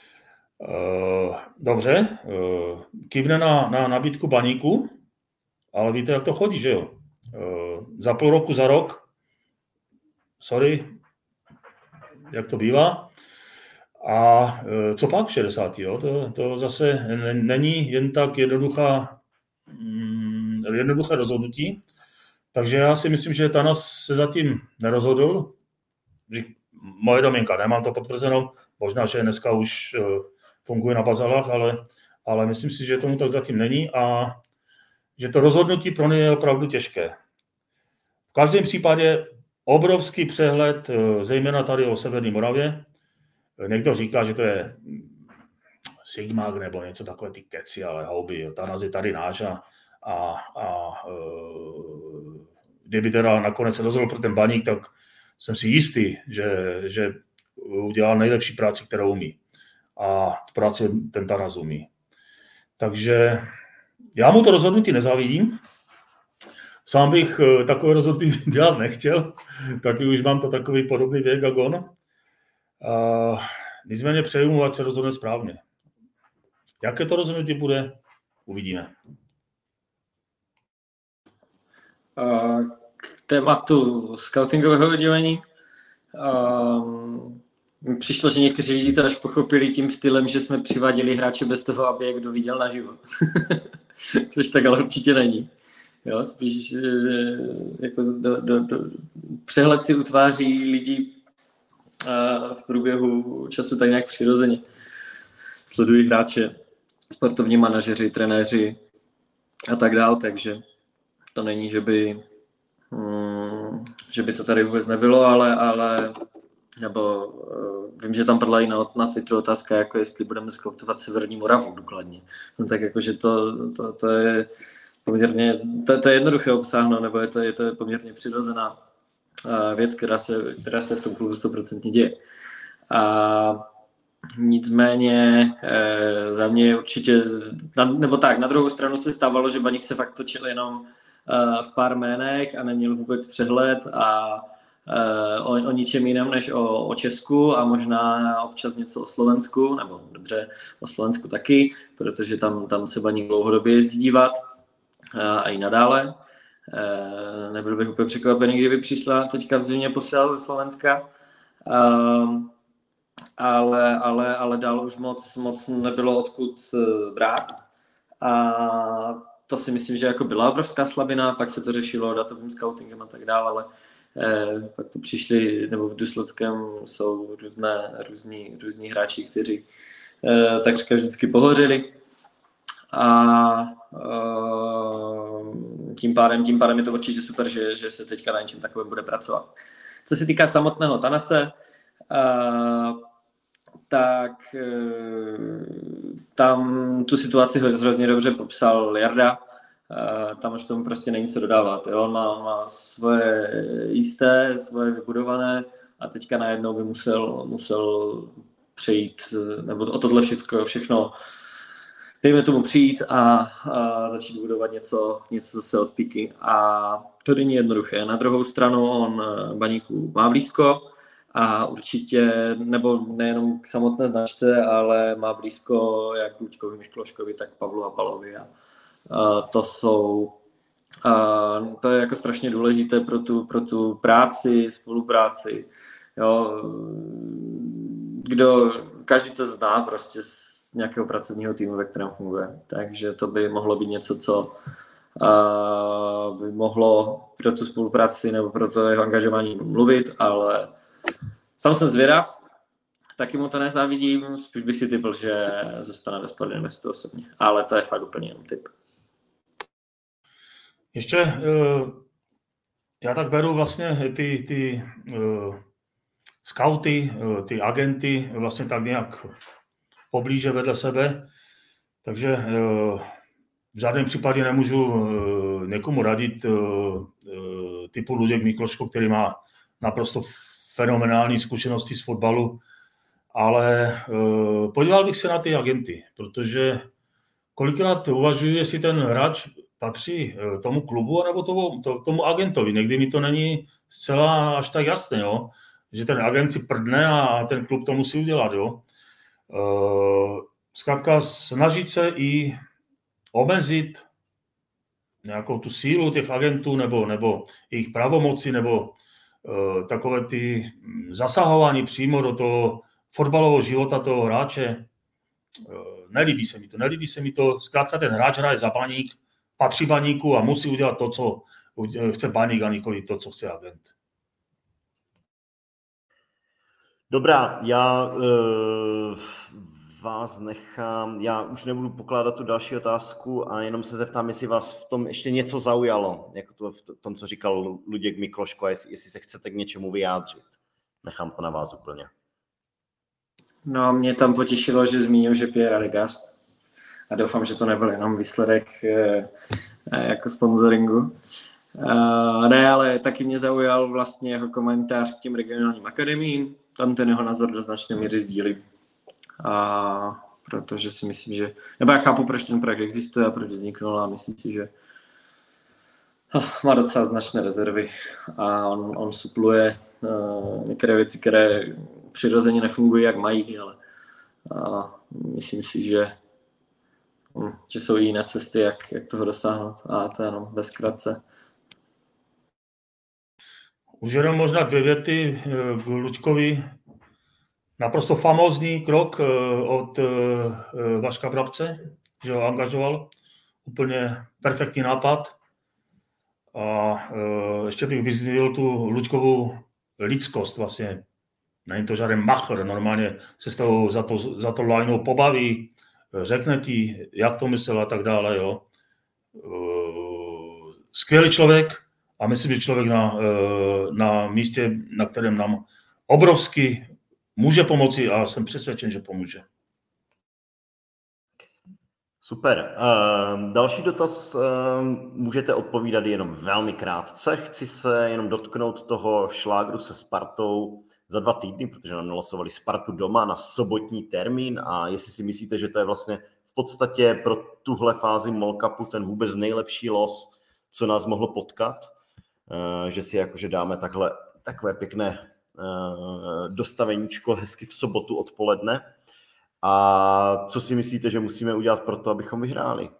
A: Dobře, kývne na, na nabídku Baníku, ale víte, jak to chodí, že jo? Za půl roku, za rok, sorry, jak to bývá. A co pak v šedesáti? Jo? To, to zase není jen tak jednoduchá, jednoduché rozhodnutí. Takže já si myslím, že Thanas se zatím nerozhodl. Moje domněnka, nemám to potvrzeno. Možná, že dneska už funguje na bazalách, ale, ale myslím si, že tomu tak zatím není a že to rozhodnutí pro ně je opravdu těžké. V každém případě obrovský přehled, zejména tady o Severní Moravě. Někdo říká, že to je Sigmák nebo něco takové ty keci, ale houby. Thanas je tady náš a, a, a kdyby teda nakonec se rozhodl pro ten Baník, tak jsem si jistý, že, že udělal nejlepší práci, kterou umí. A tu práci ten Thanas umí. Takže já mu to rozhodnutí nezávidím. Sám bych takové rozhodnutí dělat nechtěl, taky už mám to takový podobný věk jak on. Uh, nicméně přeju mu, ať se rozhodne správně. Jaké to rozhodnutí bude, uvidíme.
C: Uh, k tématu scoutingového oddělení uh, přišlo, že někteří lidi to až pochopili tím stylem, že jsme přiváděli hráče bez toho, aby je kdo viděl naživo. Což tak ale určitě není. Jo, spíš jako do, do, do, přehled si utváří lidi v průběhu času tak nějak přirozeně. Sledují hráče, sportovní manažeři, trenéři a tak dál, takže to není, že by, hmm, že by to tady vůbec nebylo, ale, ale nebo uh, vím, že tam padla i na, na Twitteru otázka, jako jestli budeme skautovat Severní Moravu důkladně. No tak jakože to, to, to je poměrně, to, to je jednoduché obsáhnout, nebo je to, je to poměrně přirozená uh, věc, která se, která se v tom klubu sto procent děje. A nicméně eh, za mě určitě, na, nebo tak, na druhou stranu se stávalo, že Baník se fakt točil jenom eh, v pár jménech a neměl vůbec přehled a eh, o, o ničem jiném než o, o Česku a možná občas něco o Slovensku, nebo dobře, o Slovensku taky, protože tam, tam se Baník dlouhodobě jezdí dívat eh, a i nadále. Eh, nebyl bych úplně překvapený, kdyby přišla teďka v zimě posílala ze Slovenska. Eh, ale, ale, ale dál už moc, moc nebylo odkud brát. A to si myslím, že jako byla obrovská slabina, pak se to řešilo datovým scoutingem a tak dále, ale eh, pak to přišli, nebo v důsledkem jsou různé, různí, různí hráči, kteří eh, takřka vždycky pohořeli. A eh, tím pádem, tím pádem je to určitě super, že, že se teďka na něčem takovém bude pracovat. Co se týká samotného Thanase, eh, tak tam tu situaci hrozně dobře popsal Jarda. Tam už tomu prostě není co dodávat. Jo? On má, má svoje jisté, svoje vybudované a teďka najednou by musel, musel přejít, nebo o tohle všechno, všechno dejme tomu přijít a, a začít budovat něco, něco zase od píky. A to není jednoduché. Na druhou stranu on Baníku má blízko, a určitě, nebo nejenom k samotné značce, ale má blízko jak Luďkovi Miškloškovi, tak Pavlu Habalovi. A, a to jsou, a to je jako strašně důležité pro tu, pro tu práci, spolupráci. Jo. Kdo, každý to zná prostě z nějakého pracovního týmu, ve kterém funguje. Takže to by mohlo být něco, co a, by mohlo pro tu spolupráci nebo pro to jeho angažování mluvit, ale sám jsem zvědav, taky mu to nezávidím, spíš bych si typl, že zůstane ve Sport Investu osobně, ale to je fakt úplně jenom typ.
A: Ještě já tak beru vlastně ty, ty uh, skauty, uh, ty agenty vlastně tak nějak poblíže vedle sebe, takže uh, v žádném případě nemůžu uh, někomu radit uh, uh, typu Luděk Mikloško, který má naprosto fenomenální zkušenosti z fotbalu, ale uh, podíval bych se na ty agenty, protože kolikrát uvažuji, jestli ten hráč patří uh, tomu klubu nebo tomu, to, tomu agentovi. Někdy mi to není zcela až tak jasné, jo? Že ten agent si prdne a ten klub to musí udělat. Jo? Uh, zkrátka snažit se i omezit nějakou tu sílu těch agentů nebo, nebo jejich pravomoci nebo takové ty zasahování přímo do toho fotbalového života toho hráče. Nelíbí se mi to, nelíbí se mi to. Zkrátka ten hráč hraje za Baník, patří Baníku a musí udělat to, co chce Baník a nikoli to, co chce agent.
B: Dobrá, já uh, vás nechám, já už nebudu pokládat tu další otázku a jenom se zeptám, jestli vás v tom ještě něco zaujalo, jako to v tom, co říkal Luděk Mikloško, a jestli, jestli se chcete k něčemu vyjádřit. Nechám to na vás úplně.
C: No, mě tam potěšilo, že zmínil, že pije Radegast. A doufám, že to nebyl jenom výsledek eh, jako sponsoringu. Uh, ne, ale taky mě zaujal vlastně jeho komentář k těm regionálním akademiím. Tam ten jeho názor do značné míry sdílím. A protože si myslím, že... Nebo já chápu, proč ten projekt existuje a proč vzniknul a myslím si, že oh, má docela značné rezervy a on, on supluje uh, některé věci, které přirozeně nefungují, jak mají, ale uh, myslím si, že, um, že jsou i jiné cesty, jak, jak toho dosáhnout a to jenom ve zkratce.
A: Už jenom možná dvě věty k Luďkovi. Naprosto famózní krok od Vaška Brabce, že ho angažoval. Úplně perfektní nápad. A ještě bych vyzdvihl tu Luďkovou lidskost vlastně. není to žádný machr, normálně se s tou za to, za to lineou pobaví, řekne ti, jak to myslel a tak dále, jo. Skvělý člověk a myslím, že člověk na, na místě, na kterém nám obrovsky může pomoci a jsem přesvědčen, že pomůže.
B: Super. Uh, další dotaz uh, můžete odpovídat jenom velmi krátce. Chci se jenom dotknout toho šlágru se Spartou za dva týdny, protože nám nalosovali Spartu doma na sobotní termín a jestli si myslíte, že to je vlastně v podstatě pro tuhle fázi Mall Cupu ten vůbec nejlepší los, co nás mohlo potkat, uh, že si jakože dáme takhle, takové pěkné uh, dostaveníčko hezky v sobotu odpoledne. A co si myslíte, že musíme udělat pro to, abychom vyhráli?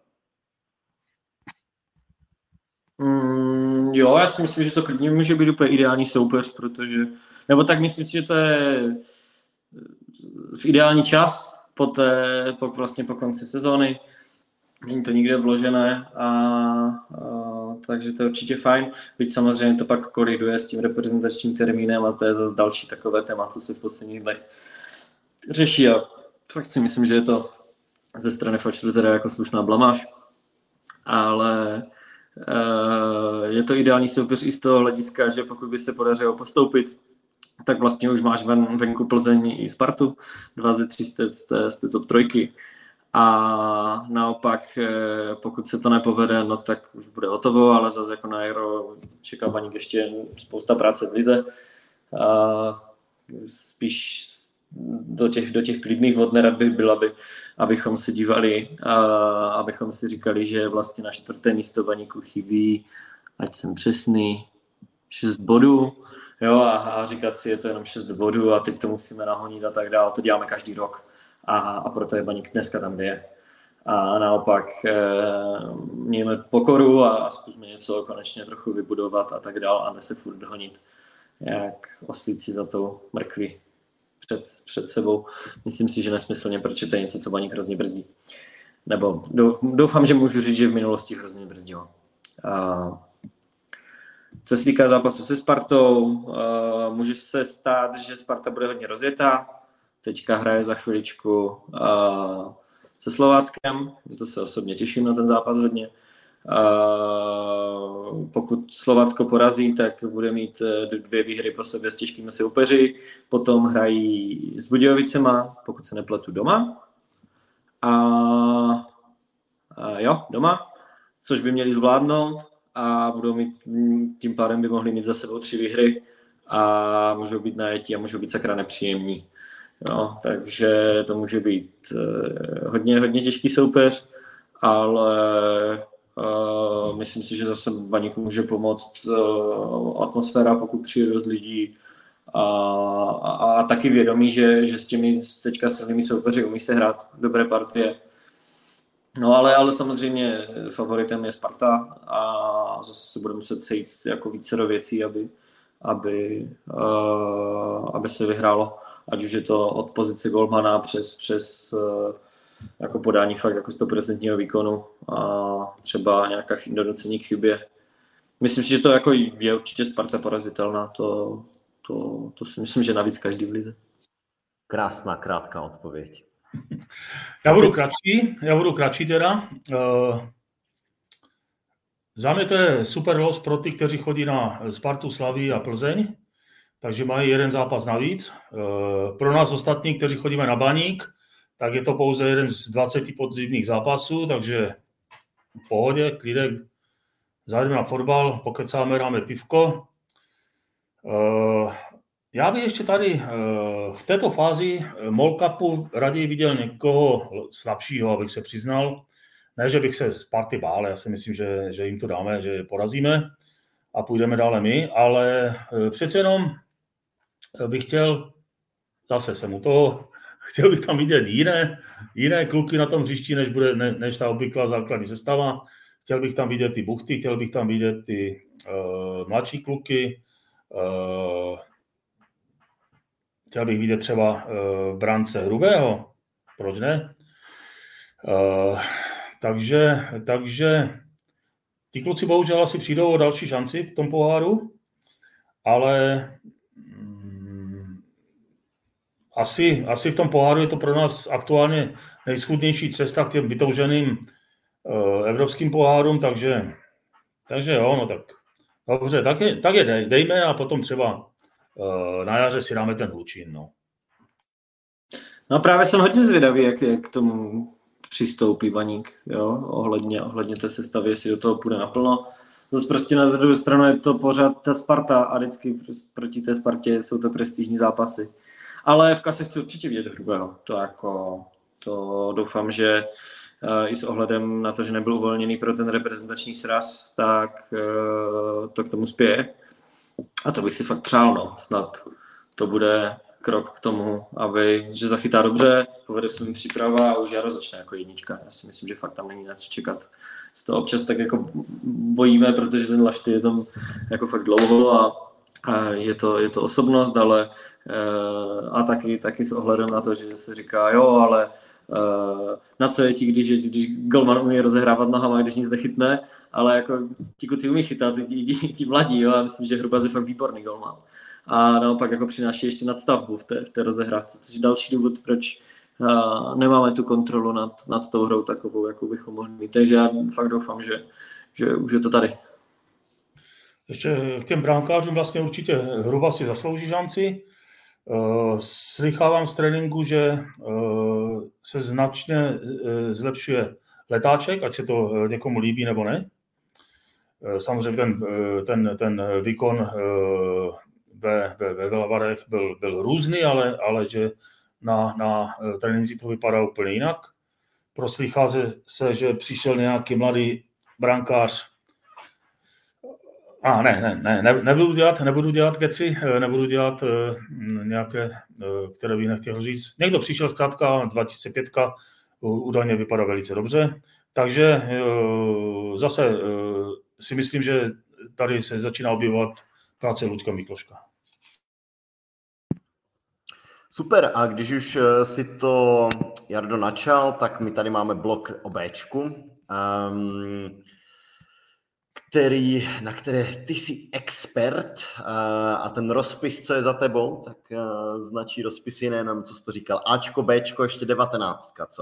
C: Mm, jo, já si myslím, že to klidně může být úplně ideální soupeř, protože, nebo tak myslím si, že to je v ideální čas, po té, po, vlastně po konci sezóny. Není to nikde vložené, a, a, takže to je určitě fajn. Byť samozřejmě to pak koliduje s tím reprezentačním termínem a to je zase další takové téma, co se v posledních dnech řeší. A fakt si myslím, že je to ze strany Fočtru teda jako slušná blamáž, ale e, je to ideální soupeř i z toho hlediska, že pokud by se podařilo postoupit, tak vlastně už máš ven, venku Plzeň i Spartu, dva ze tři z té, z té, z té top trojky. A naopak, pokud se to nepovede, no tak už bude hotovo, ale zase jako na Euro čeká Baník ještě spousta práce v lize. A spíš do těch, do těch klidných vod nerad bych byl, aby, abychom se dívali a abychom si říkali, že vlastně na čtvrté místo Baníku chybí, ať jsem přesný, šest bodů. Jo, a, a říkat si, je to jenom šest bodů a teď to musíme nahonit a tak dále. To děláme každý rok. A, a proto je Baník dneska tam, kde je. A naopak e, mějme pokoru a, a zkusme něco konečně trochu vybudovat a tak dále a ne se furt dohonit, jak oslíci za tou mrkví před, před sebou. Myslím si, že nesmyslně, protože to je něco, co Baník hrozně brzdí. Nebo doufám, že můžu říct, že v minulosti hrozně brzdilo. A co se týká zápasu se Spartou, uh, může se stát, že Sparta bude hodně rozjetá. Teďka hraje za chviličku uh, se Slováckem, to se osobně těším na ten zápas hodně. Uh, pokud Slovácko porazí, tak bude mít dvě výhry po sobě s těžkými soupeři. Potom hrají s Budějovicema, pokud se nepletu, doma. A uh, jo, doma, což by měli zvládnout. A budou mít, tím pádem by mohli mít za sebou tři výhry a můžou být najetí a můžou být sakra nepříjemní. Jo, takže to může být uh, hodně, hodně těžký soupeř, ale uh, myslím si, že zase Baníku může pomoct uh, atmosféra, pokud přijde dost lidí a, a, a taky vědomí, že, že s těmi teďka silnými soupeři umí se hrát dobré partie. No ale, ale samozřejmě favoritem je Sparta a zase se bude muset sejít jako vícero věcí, aby, aby, uh, aby se vyhrálo. Ať už je to od pozice golmana přes, přes uh, jako podání fakt jako sto procent výkonu a třeba nějaká donucení k chybě. Myslím si, že to jako je určitě Sparta porazitelná. To, to, to si myslím, že navíc každý v lize.
B: Krásná, krátká odpověď.
A: Já budu kratší, já budu kratší teda. Za mě to je super los pro ty, kteří chodí na Spartu, Slavii a Plzeň, takže mají jeden zápas navíc. Pro nás ostatní, kteří chodíme na Baník, tak je to pouze jeden z dvaceti podzimních zápasů, takže v pohodě, klidek, zajdeme na fotbal, pokecáme, dáme pivko. Já bych ještě tady v této fázi Mall Cupu raději viděl někoho slabšího, abych se přiznal. Ne, že bych se Sparty bál, já si myslím, že, že jim to dáme, že je porazíme a půjdeme dále my, ale přece jenom bych chtěl, zase jsem u toho, chtěl bych tam vidět jiné, jiné kluky na tom hřišti, než, bude, ne, než ta obvyklá základní sestava. Chtěl bych tam vidět ty buchty, chtěl bych tam vidět ty uh, mladší kluky, uh, chtěl bych vidět třeba uh, bránce Hrubého, proč ne? Uh, takže, takže ty kluci bohužel asi přijdou o další šanci v tom poháru, ale mm, asi, asi v tom poháru je to pro nás aktuálně nejschudnější cesta k těm vytouženým uh, evropským pohárům, takže, takže jo, no tak dobře, tak je, tak je dej, dejme a potom třeba uh, na jaře si dáme ten Hlučín, no.
C: No právě jsem hodně zvědavý, jak, jak k tomu přistoupí Baník, jo, ohledně, ohledně té sestavy, jestli do toho půjde naplno. Zase prostě na druhou stranu je to pořád ta Sparta a vždycky proti té Spartě jsou to prestižní zápasy. Ale v kase chci určitě vidět Hrubého. To jako, to doufám, že uh, i s ohledem na to, že nebyl uvolněný pro ten reprezentační sraz, tak uh, to k tomu spěje. A to bych si fakt přál, no. Snad to bude krok k tomu, aby, že zachytá dobře, povede se mi příprava a už jaro začne jako jednička. Já si myslím, že fakt tam není na co čekat. Z toho občas tak jako bojíme, protože ten Lašty je tam jako fakt dlouho a, a je, to, je to osobnost, ale a taky, taky s ohledem na to, že se říká, jo, ale na co je ti, když, když golman umí rozehrávat nohama, když nic nechytne, ale jako ti kluci umí chytat, ti, ti, ti mladí, jo, a myslím, že Hruba je fakt výborný golman. A naopak jako přináší ještě nadstavbu v té, v té rozehrávce, což je další důvod, proč uh, nemáme tu kontrolu nad, nad tou hrou takovou, jakou bychom mohli mít. Takže já fakt doufám, že, že už je to tady.
A: Ještě k těm brankářům vlastně určitě Hruba si zaslouží šanci. Uh, slychávám z tréninku, že uh, se značně uh, zlepšuje letáček, ať se to uh, někomu líbí nebo ne. Uh, samozřejmě ten, uh, ten, ten výkon uh, ve, ve, ve Velavarech byl, byl různý, ale, ale že na, na tréninci to vypadá úplně jinak. Proslýchá se, že přišel nějaký mladý brankář. A ne, ne, ne, ne, nebudu dělat, nebudu dělat keci, nebudu dělat uh, nějaké, uh, které bych nechtěl říct. Někdo přišel zkrátka, dva tisíce pět údajně vypadá velice dobře, takže uh, zase uh, si myslím, že tady se začíná objevovat práce Luďka Mikloška.
B: Super, a když už si to Jardo načal, tak my tady máme blok o Béčku, um, který, na které ty jsi expert uh, a ten rozpis, co je za tebou, tak uh, značí rozpisy nejenom, co jsi to říkal, Ačko, Béčko, ještě devatenáctka, co?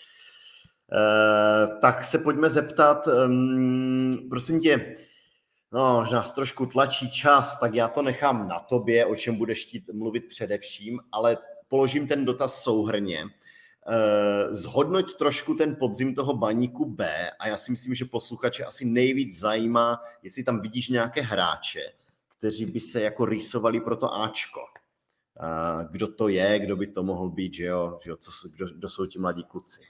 B: Uh, tak se pojďme zeptat, um, prosím tě, no, že nás trošku tlačí čas, tak já to nechám na tobě, o čem budeš chtít mluvit především, ale položím ten dotaz souhrnně. Uh, zhodnoť trošku ten podzim toho Baníku B a já si myslím, že posluchače asi nejvíc zajímá, jestli tam vidíš nějaké hráče, kteří by se jako rýsovali pro to Ačko. Uh, kdo to je, kdo by to mohl být, že jo, že jo co, kdo, kdo jsou ti mladí kluci.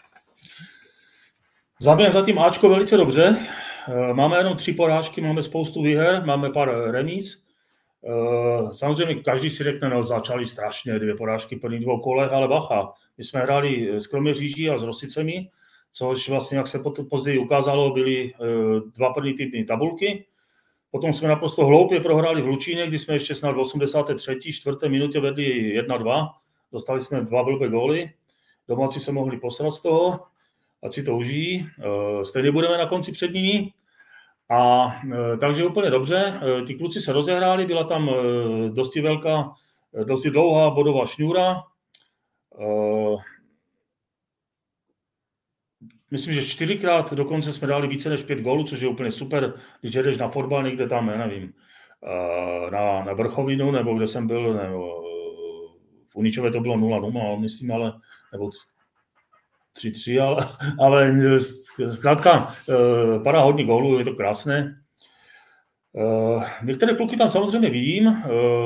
A: Za mě zatím Ačko velice dobře. Máme jenom tři porážky, máme spoustu výher, máme pár remíz. Samozřejmě každý si řekne, no začali strašně, dvě porážky po dvou kolech, ale bacha. My jsme hráli s Kroměříží a s Rosicemi, což vlastně, jak se později ukázalo, byly dva první týdny tabulky. Potom jsme naprosto hloupě prohráli v Hlučíně, kdy jsme ještě snad v osmdesáté třetí čtvrté minutě vedli jedna dva. Dostali jsme dva blbé góly. Domáci se mohli posrat z toho, ať si to užijí. Stejně budeme na konci před nimi. A takže úplně dobře. Ty kluci se rozehráli, byla tam dosti velká, dosti dlouhá bodová šňůra. Myslím, že čtyřikrát dokonce jsme dali více než pět gólů, což je úplně super, když jdeš na fotbal někde tam, já nevím, na, na Vrchovinu, nebo kde jsem byl, nebo v Uničové to bylo nula nula, myslím, ale, nebo tři tři, ale, ale zkrátka padá hodně gólů, je to krásné. Některé kluky tam samozřejmě vidím,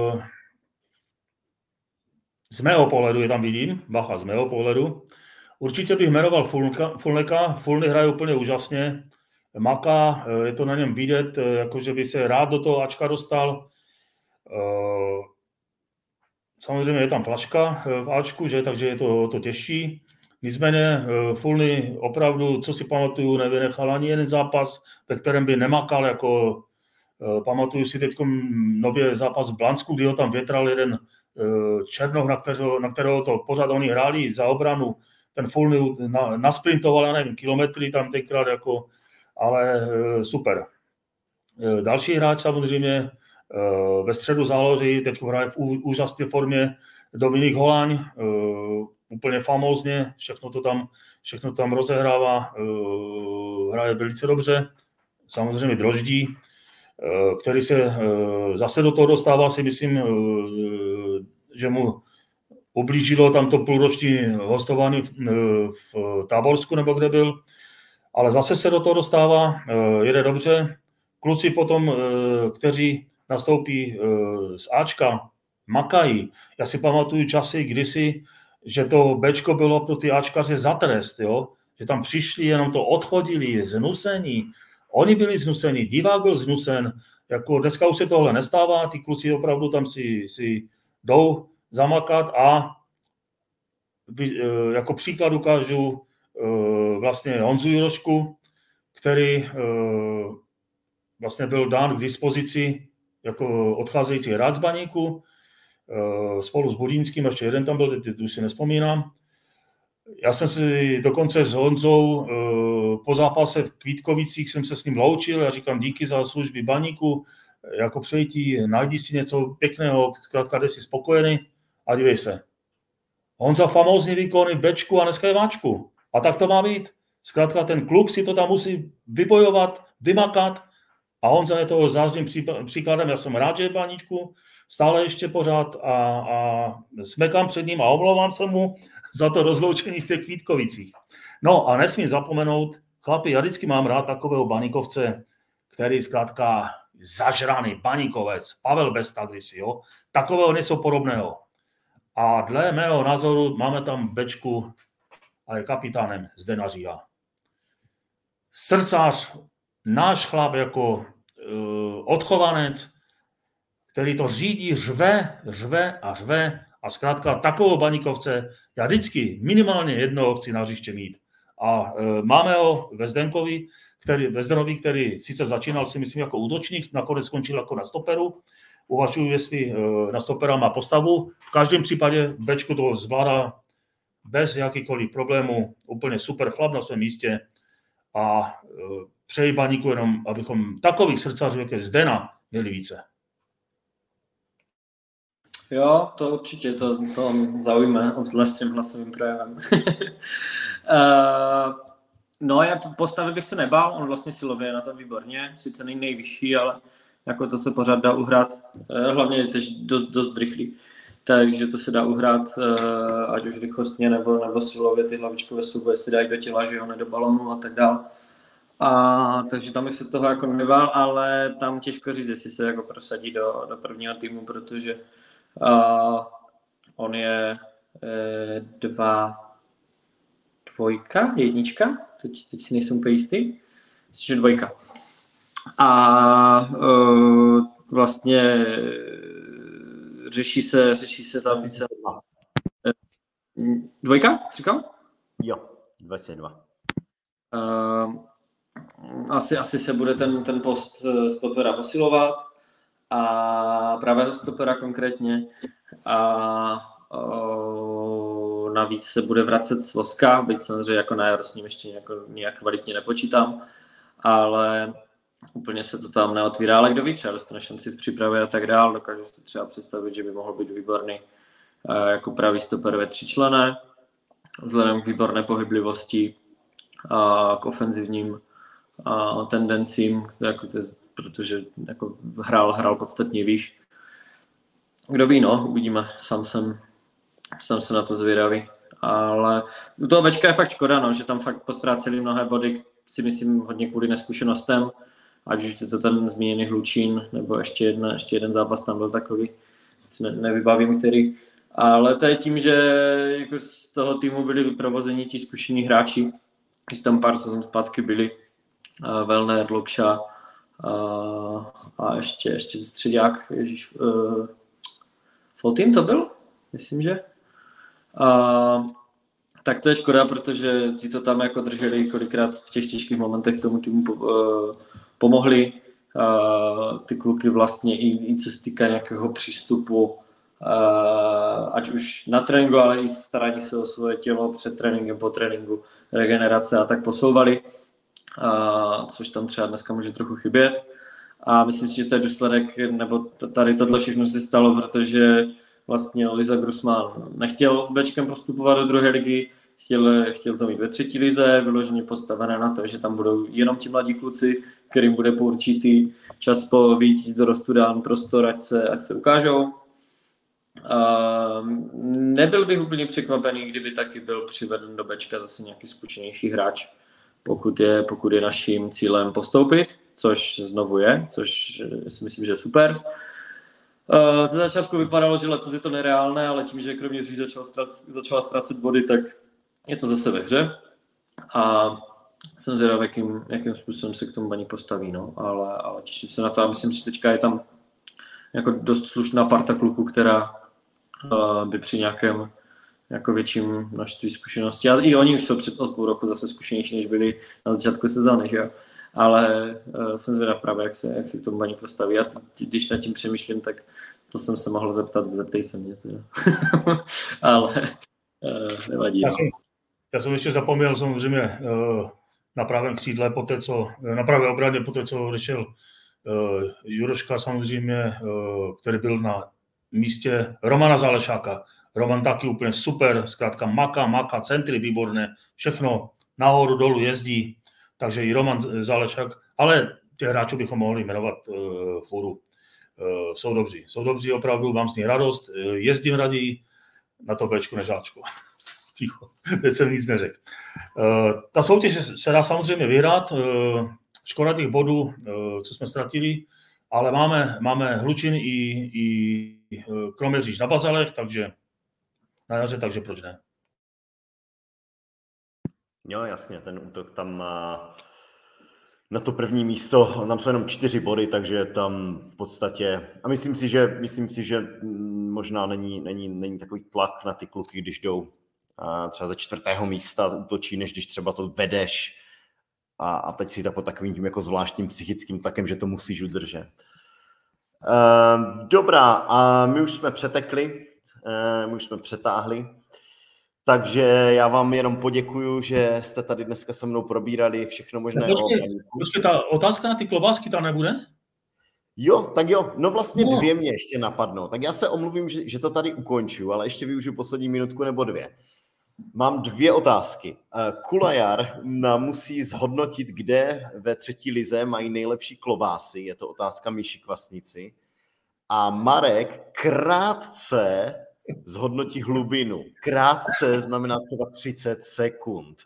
A: z mého pohledu je tam vidím, bacha, z mého pohledu. Určitě bych jmenoval Fulneka, Fulny hraje úplně úžasně, maká, je to na něm vidět, jakože by se rád do toho Ačka dostal. Samozřejmě je tam Flaška v Ačku, že, takže je to, to těžší. Nicméně Fulny opravdu, co si pamatuju, nevynechal ani jeden zápas, ve kterém by nemakal, jako pamatuju si teď nově zápas v Blansku, kdy ho tam větral jeden Černoch, na kterého, na kterého to pořád oni hráli za obranu. Ten Fulny na, nasprintoval, já nevím, kilometry tam tenkrát, jako, ale super. Další hráč samozřejmě ve středu zálohy, teď hraje v úžasné formě Dominik Holaň, uh, úplně famózně, všechno to tam, všechno tam rozehrává, uh, hraje velice dobře, samozřejmě Droždí, uh, který se uh, zase do toho dostává, si myslím, uh, že mu ublížilo tam to půlroční hostování v, v Táborsku, nebo kde byl, ale zase se do toho dostává, uh, jede dobře. Kluci potom, uh, kteří nastoupí uh, z Ačka, makají. Já si pamatuju časy kdysi, že to Bčko bylo pro ty Ačkaře za trest, jo? Že tam přišli, jenom to odchodili, znusení. Oni byli znusení, divák byl znusen. Jako dneska už se tohle nestává, ty kluci opravdu tam si, si jdou zamakat a jako příklad ukážu vlastně Honzu Jurošku, který vlastně byl dán k dispozici jako odcházející hráč z Baníku, spolu s Budínským, ještě jeden tam byl, teď už si nespomínám. Já jsem si dokonce s Honzou po zápase v Kvítkovicích jsem se s ním loučil, já říkám díky za služby Baníku, jako přejítí, najdi si něco pěkného, zkrátka jde si spokojený a dívej se. Honza famózní výkony v Bčku a dneska je v Ačku. A tak to má být. Zkrátka ten kluk si to tam musí vybojovat, vymakat a Honza je toho zářným příkladem, já jsem rád, že je v Baníčku, stále ještě pořád a, a smekám před ním a omlouvám se mu za to rozloučení v těch Kvítkovicích. No a nesmím zapomenout, chlapi, já vždycky mám rád takového baníkovce, který zkrátka zažraný baníkovec, Pavel Besta kdysi, jo, takového něco podobného. A dle mého názoru máme tam Bčku a je kapitánem Zdena Říha. Srdcař, náš chlap jako uh, odchovanec, který to řídí, řve, řve a řve a zkrátka takového baníkovce já vždycky minimálně jednoho chci na hřiště mít. A e, máme ho ve Zdenkovi, který, ve Zdenovi, který sice začínal si myslím jako útočník, nakonec skončil jako na stoperu. Uvažuji, jestli e, na stopera má postavu. V každém případě Bčku to zvládá bez jakýkoliv problému. Úplně super chlap na svém místě. A e, přeji Baníku jenom, abychom takových srdcařů, jako je Zdena, měli více.
C: Jo, to určitě, to, to zaujme, obzvlášť s tím hlasovým projevem. uh, no, já postavy bych se nebál, on vlastně silově je na tom výborně, sice není nejvyšší, ale jako to se pořád dá uhrát, uh, hlavně je tež dost, dost rychlý, takže to se dá uhrát, uh, ať už rychlostně nebo, nebo silově, ty hlavičkové souboje se dají do těla, že jo, ne do balonu a tak dále. A takže tam bych se toho jako nebál, ale tam těžko říct, jestli se jako prosadí do, do prvního týmu, protože Uh, on je eh, dva, dvojka, jednička, teď, teď si nejsem úplně jistý, myslím, že dvojka. A uh, vlastně řeší se, řeší se tam více. Dvojka, jsi říkal?
B: Jo, dvacet dva.
C: Uh, asi, asi se bude ten, ten post stopera posilovat. A pravého stopera konkrétně a o, navíc se bude vracet z Voska, byť samozřejmě jako na Euro s ním ještě nějak, nějak kvalitně nepočítám, ale úplně se to tam neotvírá, ale kdo ví, třeba dostane šanci v přípravě a tak dál, dokážu si třeba představit, že by mohl být výborný jako pravý stoper ve tříčlenné, vzhledem k výborné pohyblivosti a k ofenzivním a tendencím, jako to je, protože jako hrál, hrál podstatně výš. Kdo ví, no, uvidíme, sám jsem, sám se na to zvědavý. Ale u toho Bčka je fakt škoda, no, že tam fakt postráceli mnohé body, si myslím hodně kvůli neskušenostem, ať už je to ten zmíněný Hlučín, nebo ještě, jedna, ještě jeden zápas tam byl takový, ne, nevybavím který. Ale to je tím, že jako z toho týmu byli vyprovození ti zkušení hráči, když tam pár sezon zpátky byli, uh, Velner, Lokša, Uh, a ještě, ještě středák, ježíš, uh, Foltin to byl? Myslím, že. Uh, tak to je škoda, protože ti to tam jako drželi kolikrát v těch těžkých momentech tomu týmu uh, pomohli. Uh, ty kluky vlastně i, i co se týká nějakého přístupu, uh, ať už na tréninku, ale i starání se o svoje tělo před tréninkem, po tréninku, regenerace a tak posouvali. Uh, což tam třeba dneska může trochu chybět. A myslím si, že to je důsledek, nebo tady tohle všechno se stalo, protože vlastně Liza Grossman nechtěl s Bčkem postupovat do druhé ligy, chtěl, chtěl to mít ve třetí lize, vyloženě postavené na to, že tam budou jenom ti mladí kluci, kterým bude po určitý čas po výjití z dorostu dán prostor, ať se, ať se ukážou. Uh, nebyl bych úplně překvapený, kdyby taky byl přiveden do Bčka zase nějaký zkušenější hráč, pokud je, pokud je naším cílem postoupit, což znovu je, což si myslím, že je super. Uh, ze začátku vypadalo, že letos je to nereálné, ale tím, že Kroměříž začal ztrac, začala ztrácet body, tak je to zase ve hře. A jsem zvědav, jakým, jakým způsobem se k tomu Baník postaví, no. ale, ale těším se na to a myslím, že teďka je tam jako dost slušná parta kluků, která uh, by při nějakém jako větším množství zkušeností, a i oni už jsou před od půl roku zase zkušenější, než byli na začátku sezóny, že jo. Ale uh, jsem zvědav právě, jak se, jak se k tomu Baník postaví. A t- když nad tím přemýšlím, tak to jsem se mohl zeptat, zeptej se mě teda. Ale uh, nevadí.
A: Já jsem, já jsem ještě zapomněl samozřejmě uh, na pravém křídle, po té, co, na pravé obraně, po té, co odešel uh, Juroška samozřejmě, uh, který byl na místě Romana Zálešáka. Roman taky úplně super, zkrátka maka, maka, centry výborné, všechno nahoru, dolů jezdí, takže i Roman Zálešák, ale těch hráčů bychom mohli jmenovat uh, furu. Uh, jsou dobří, jsou dobří opravdu, mám z nich radost, uh, jezdím raději na to Bčku než Ačku. Ticho, teď jsem nic neřekl. Uh, ta soutěž se dá samozřejmě vyhrát, uh, škoda těch bodů, uh, co jsme ztratili, ale máme, máme Hlučín i, i Kroměříž na Bazalech, takže na jaře, takže proč ne?
B: Jo, jasně, ten útok tam má na to první místo, tam jsou jenom čtyři body, takže tam v podstatě, a myslím si, že, myslím si, že možná není, není, není takový tlak na ty kluky, když jdou a třeba ze čtvrtého místa útočí, než když třeba to vedeš a, a teď si tak pod takovým tím jako zvláštním psychickým tlakem, že to musíš udržet. Uh, dobrá, a my už jsme přetekli, uh, my už jsme přetáhli, takže já vám jenom poděkuju, že jste tady dneska se mnou probírali všechno možné.
A: Počkej, počkej, ta otázka na ty klobásky tam nebude?
B: Jo, tak jo, no vlastně no. Dvě mě ještě napadnou. Tak já se omluvím, že, že to tady ukonču, ale ještě využiju poslední minutku nebo dvě. Mám dvě otázky. Kulajar nám musí zhodnotit, kde ve třetí lize mají nejlepší klobásy. Je to otázka Míši Kvasnici. A Marek krátce zhodnotí hlubinu. Krátce znamená třeba třicet sekund.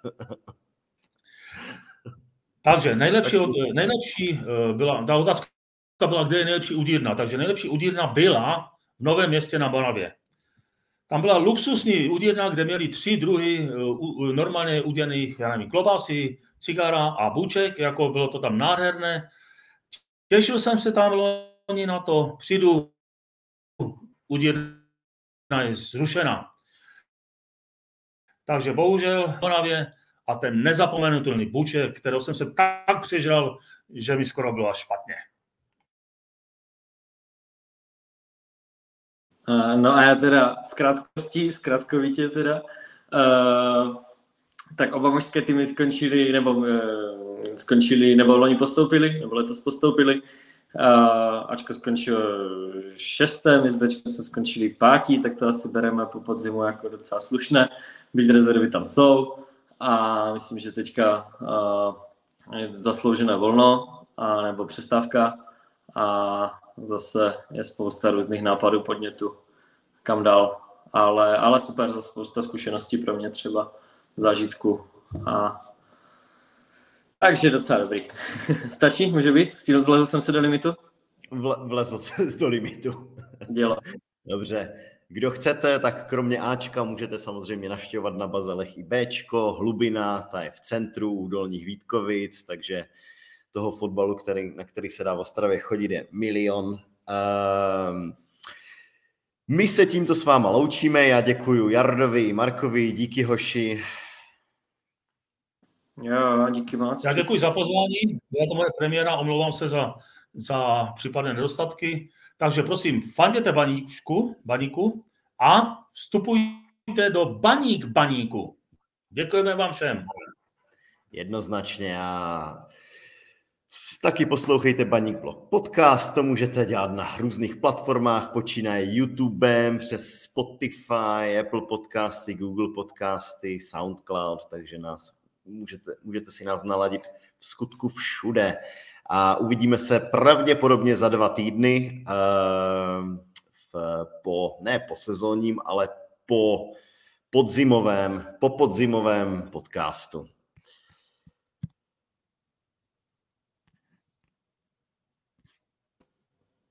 A: Takže nejlepší, nejlepší byla, ta otázka byla, kde je nejlepší udírna. Takže nejlepší udírna byla v Novém Městě na Moravě. Tam byla luxusní udírna, kde měli tři druhy normálně udělaných, já nevím, klobásy, cigára a buček, jako bylo to tam nádherné. Těšil jsem se tam loni na to, přijdu, udírna je zrušena. Takže bohužel v Moravě a ten nezapomenutelný buček, kterého jsem se tak přežral, že mi skoro bylo až špatně.
C: No a já teda v krátkosti, zkrátkovitě teda, uh, tak oba mužské týmy skončili, nebo uh, skončili, nebo loni postoupili, nebo letos postoupili. Uh, Ačko skončilo šesté, my s Bčkem se skončili pátí, tak to asi bereme po podzimu jako docela slušné, byť rezervy tam jsou a myslím, že teďka uh, je zasloužené volno, a, nebo přestávka a zase je spousta různých nápadů, podnětů, kam dál, ale, ale super, za spousta zkušeností pro mě třeba, zážitku a takže docela dobrý. Stačí? Může být? Vlezl jsem se do limitu?
B: Vle, vlezl jsem do limitu.
C: Dělo.
B: Dobře. Kdo chcete, tak kromě Ačka můžete samozřejmě navštěvovat na Bazalech i Bčko, Hlubina, ta je v centru u Dolních Vítkovic, takže toho fotbalu, který, na který se dá v Ostravě chodit, je milion. Um, my se tímto s váma loučíme, já děkuju Jardovi, Markovi, díky hoši.
C: Jo, díky moc.
A: Já děkuji za pozvání, byla to moje premiéra, omlouvám se za, za případné nedostatky. Takže prosím, fanděte baníčku, baníku a vstupujte do baník baníku. Děkujeme vám všem.
B: Jednoznačně a Taky poslouchejte Baník Blog podcast, to můžete dělat na různých platformách, počínaje YouTubem, přes Spotify, Apple podcasty, Google podcasty, SoundCloud, takže nás můžete, můžete si nás naladit v skutku všude. A uvidíme se pravděpodobně za dva týdny, v, po, ne po sezónním, ale po podzimovém, po podzimovém podcastu.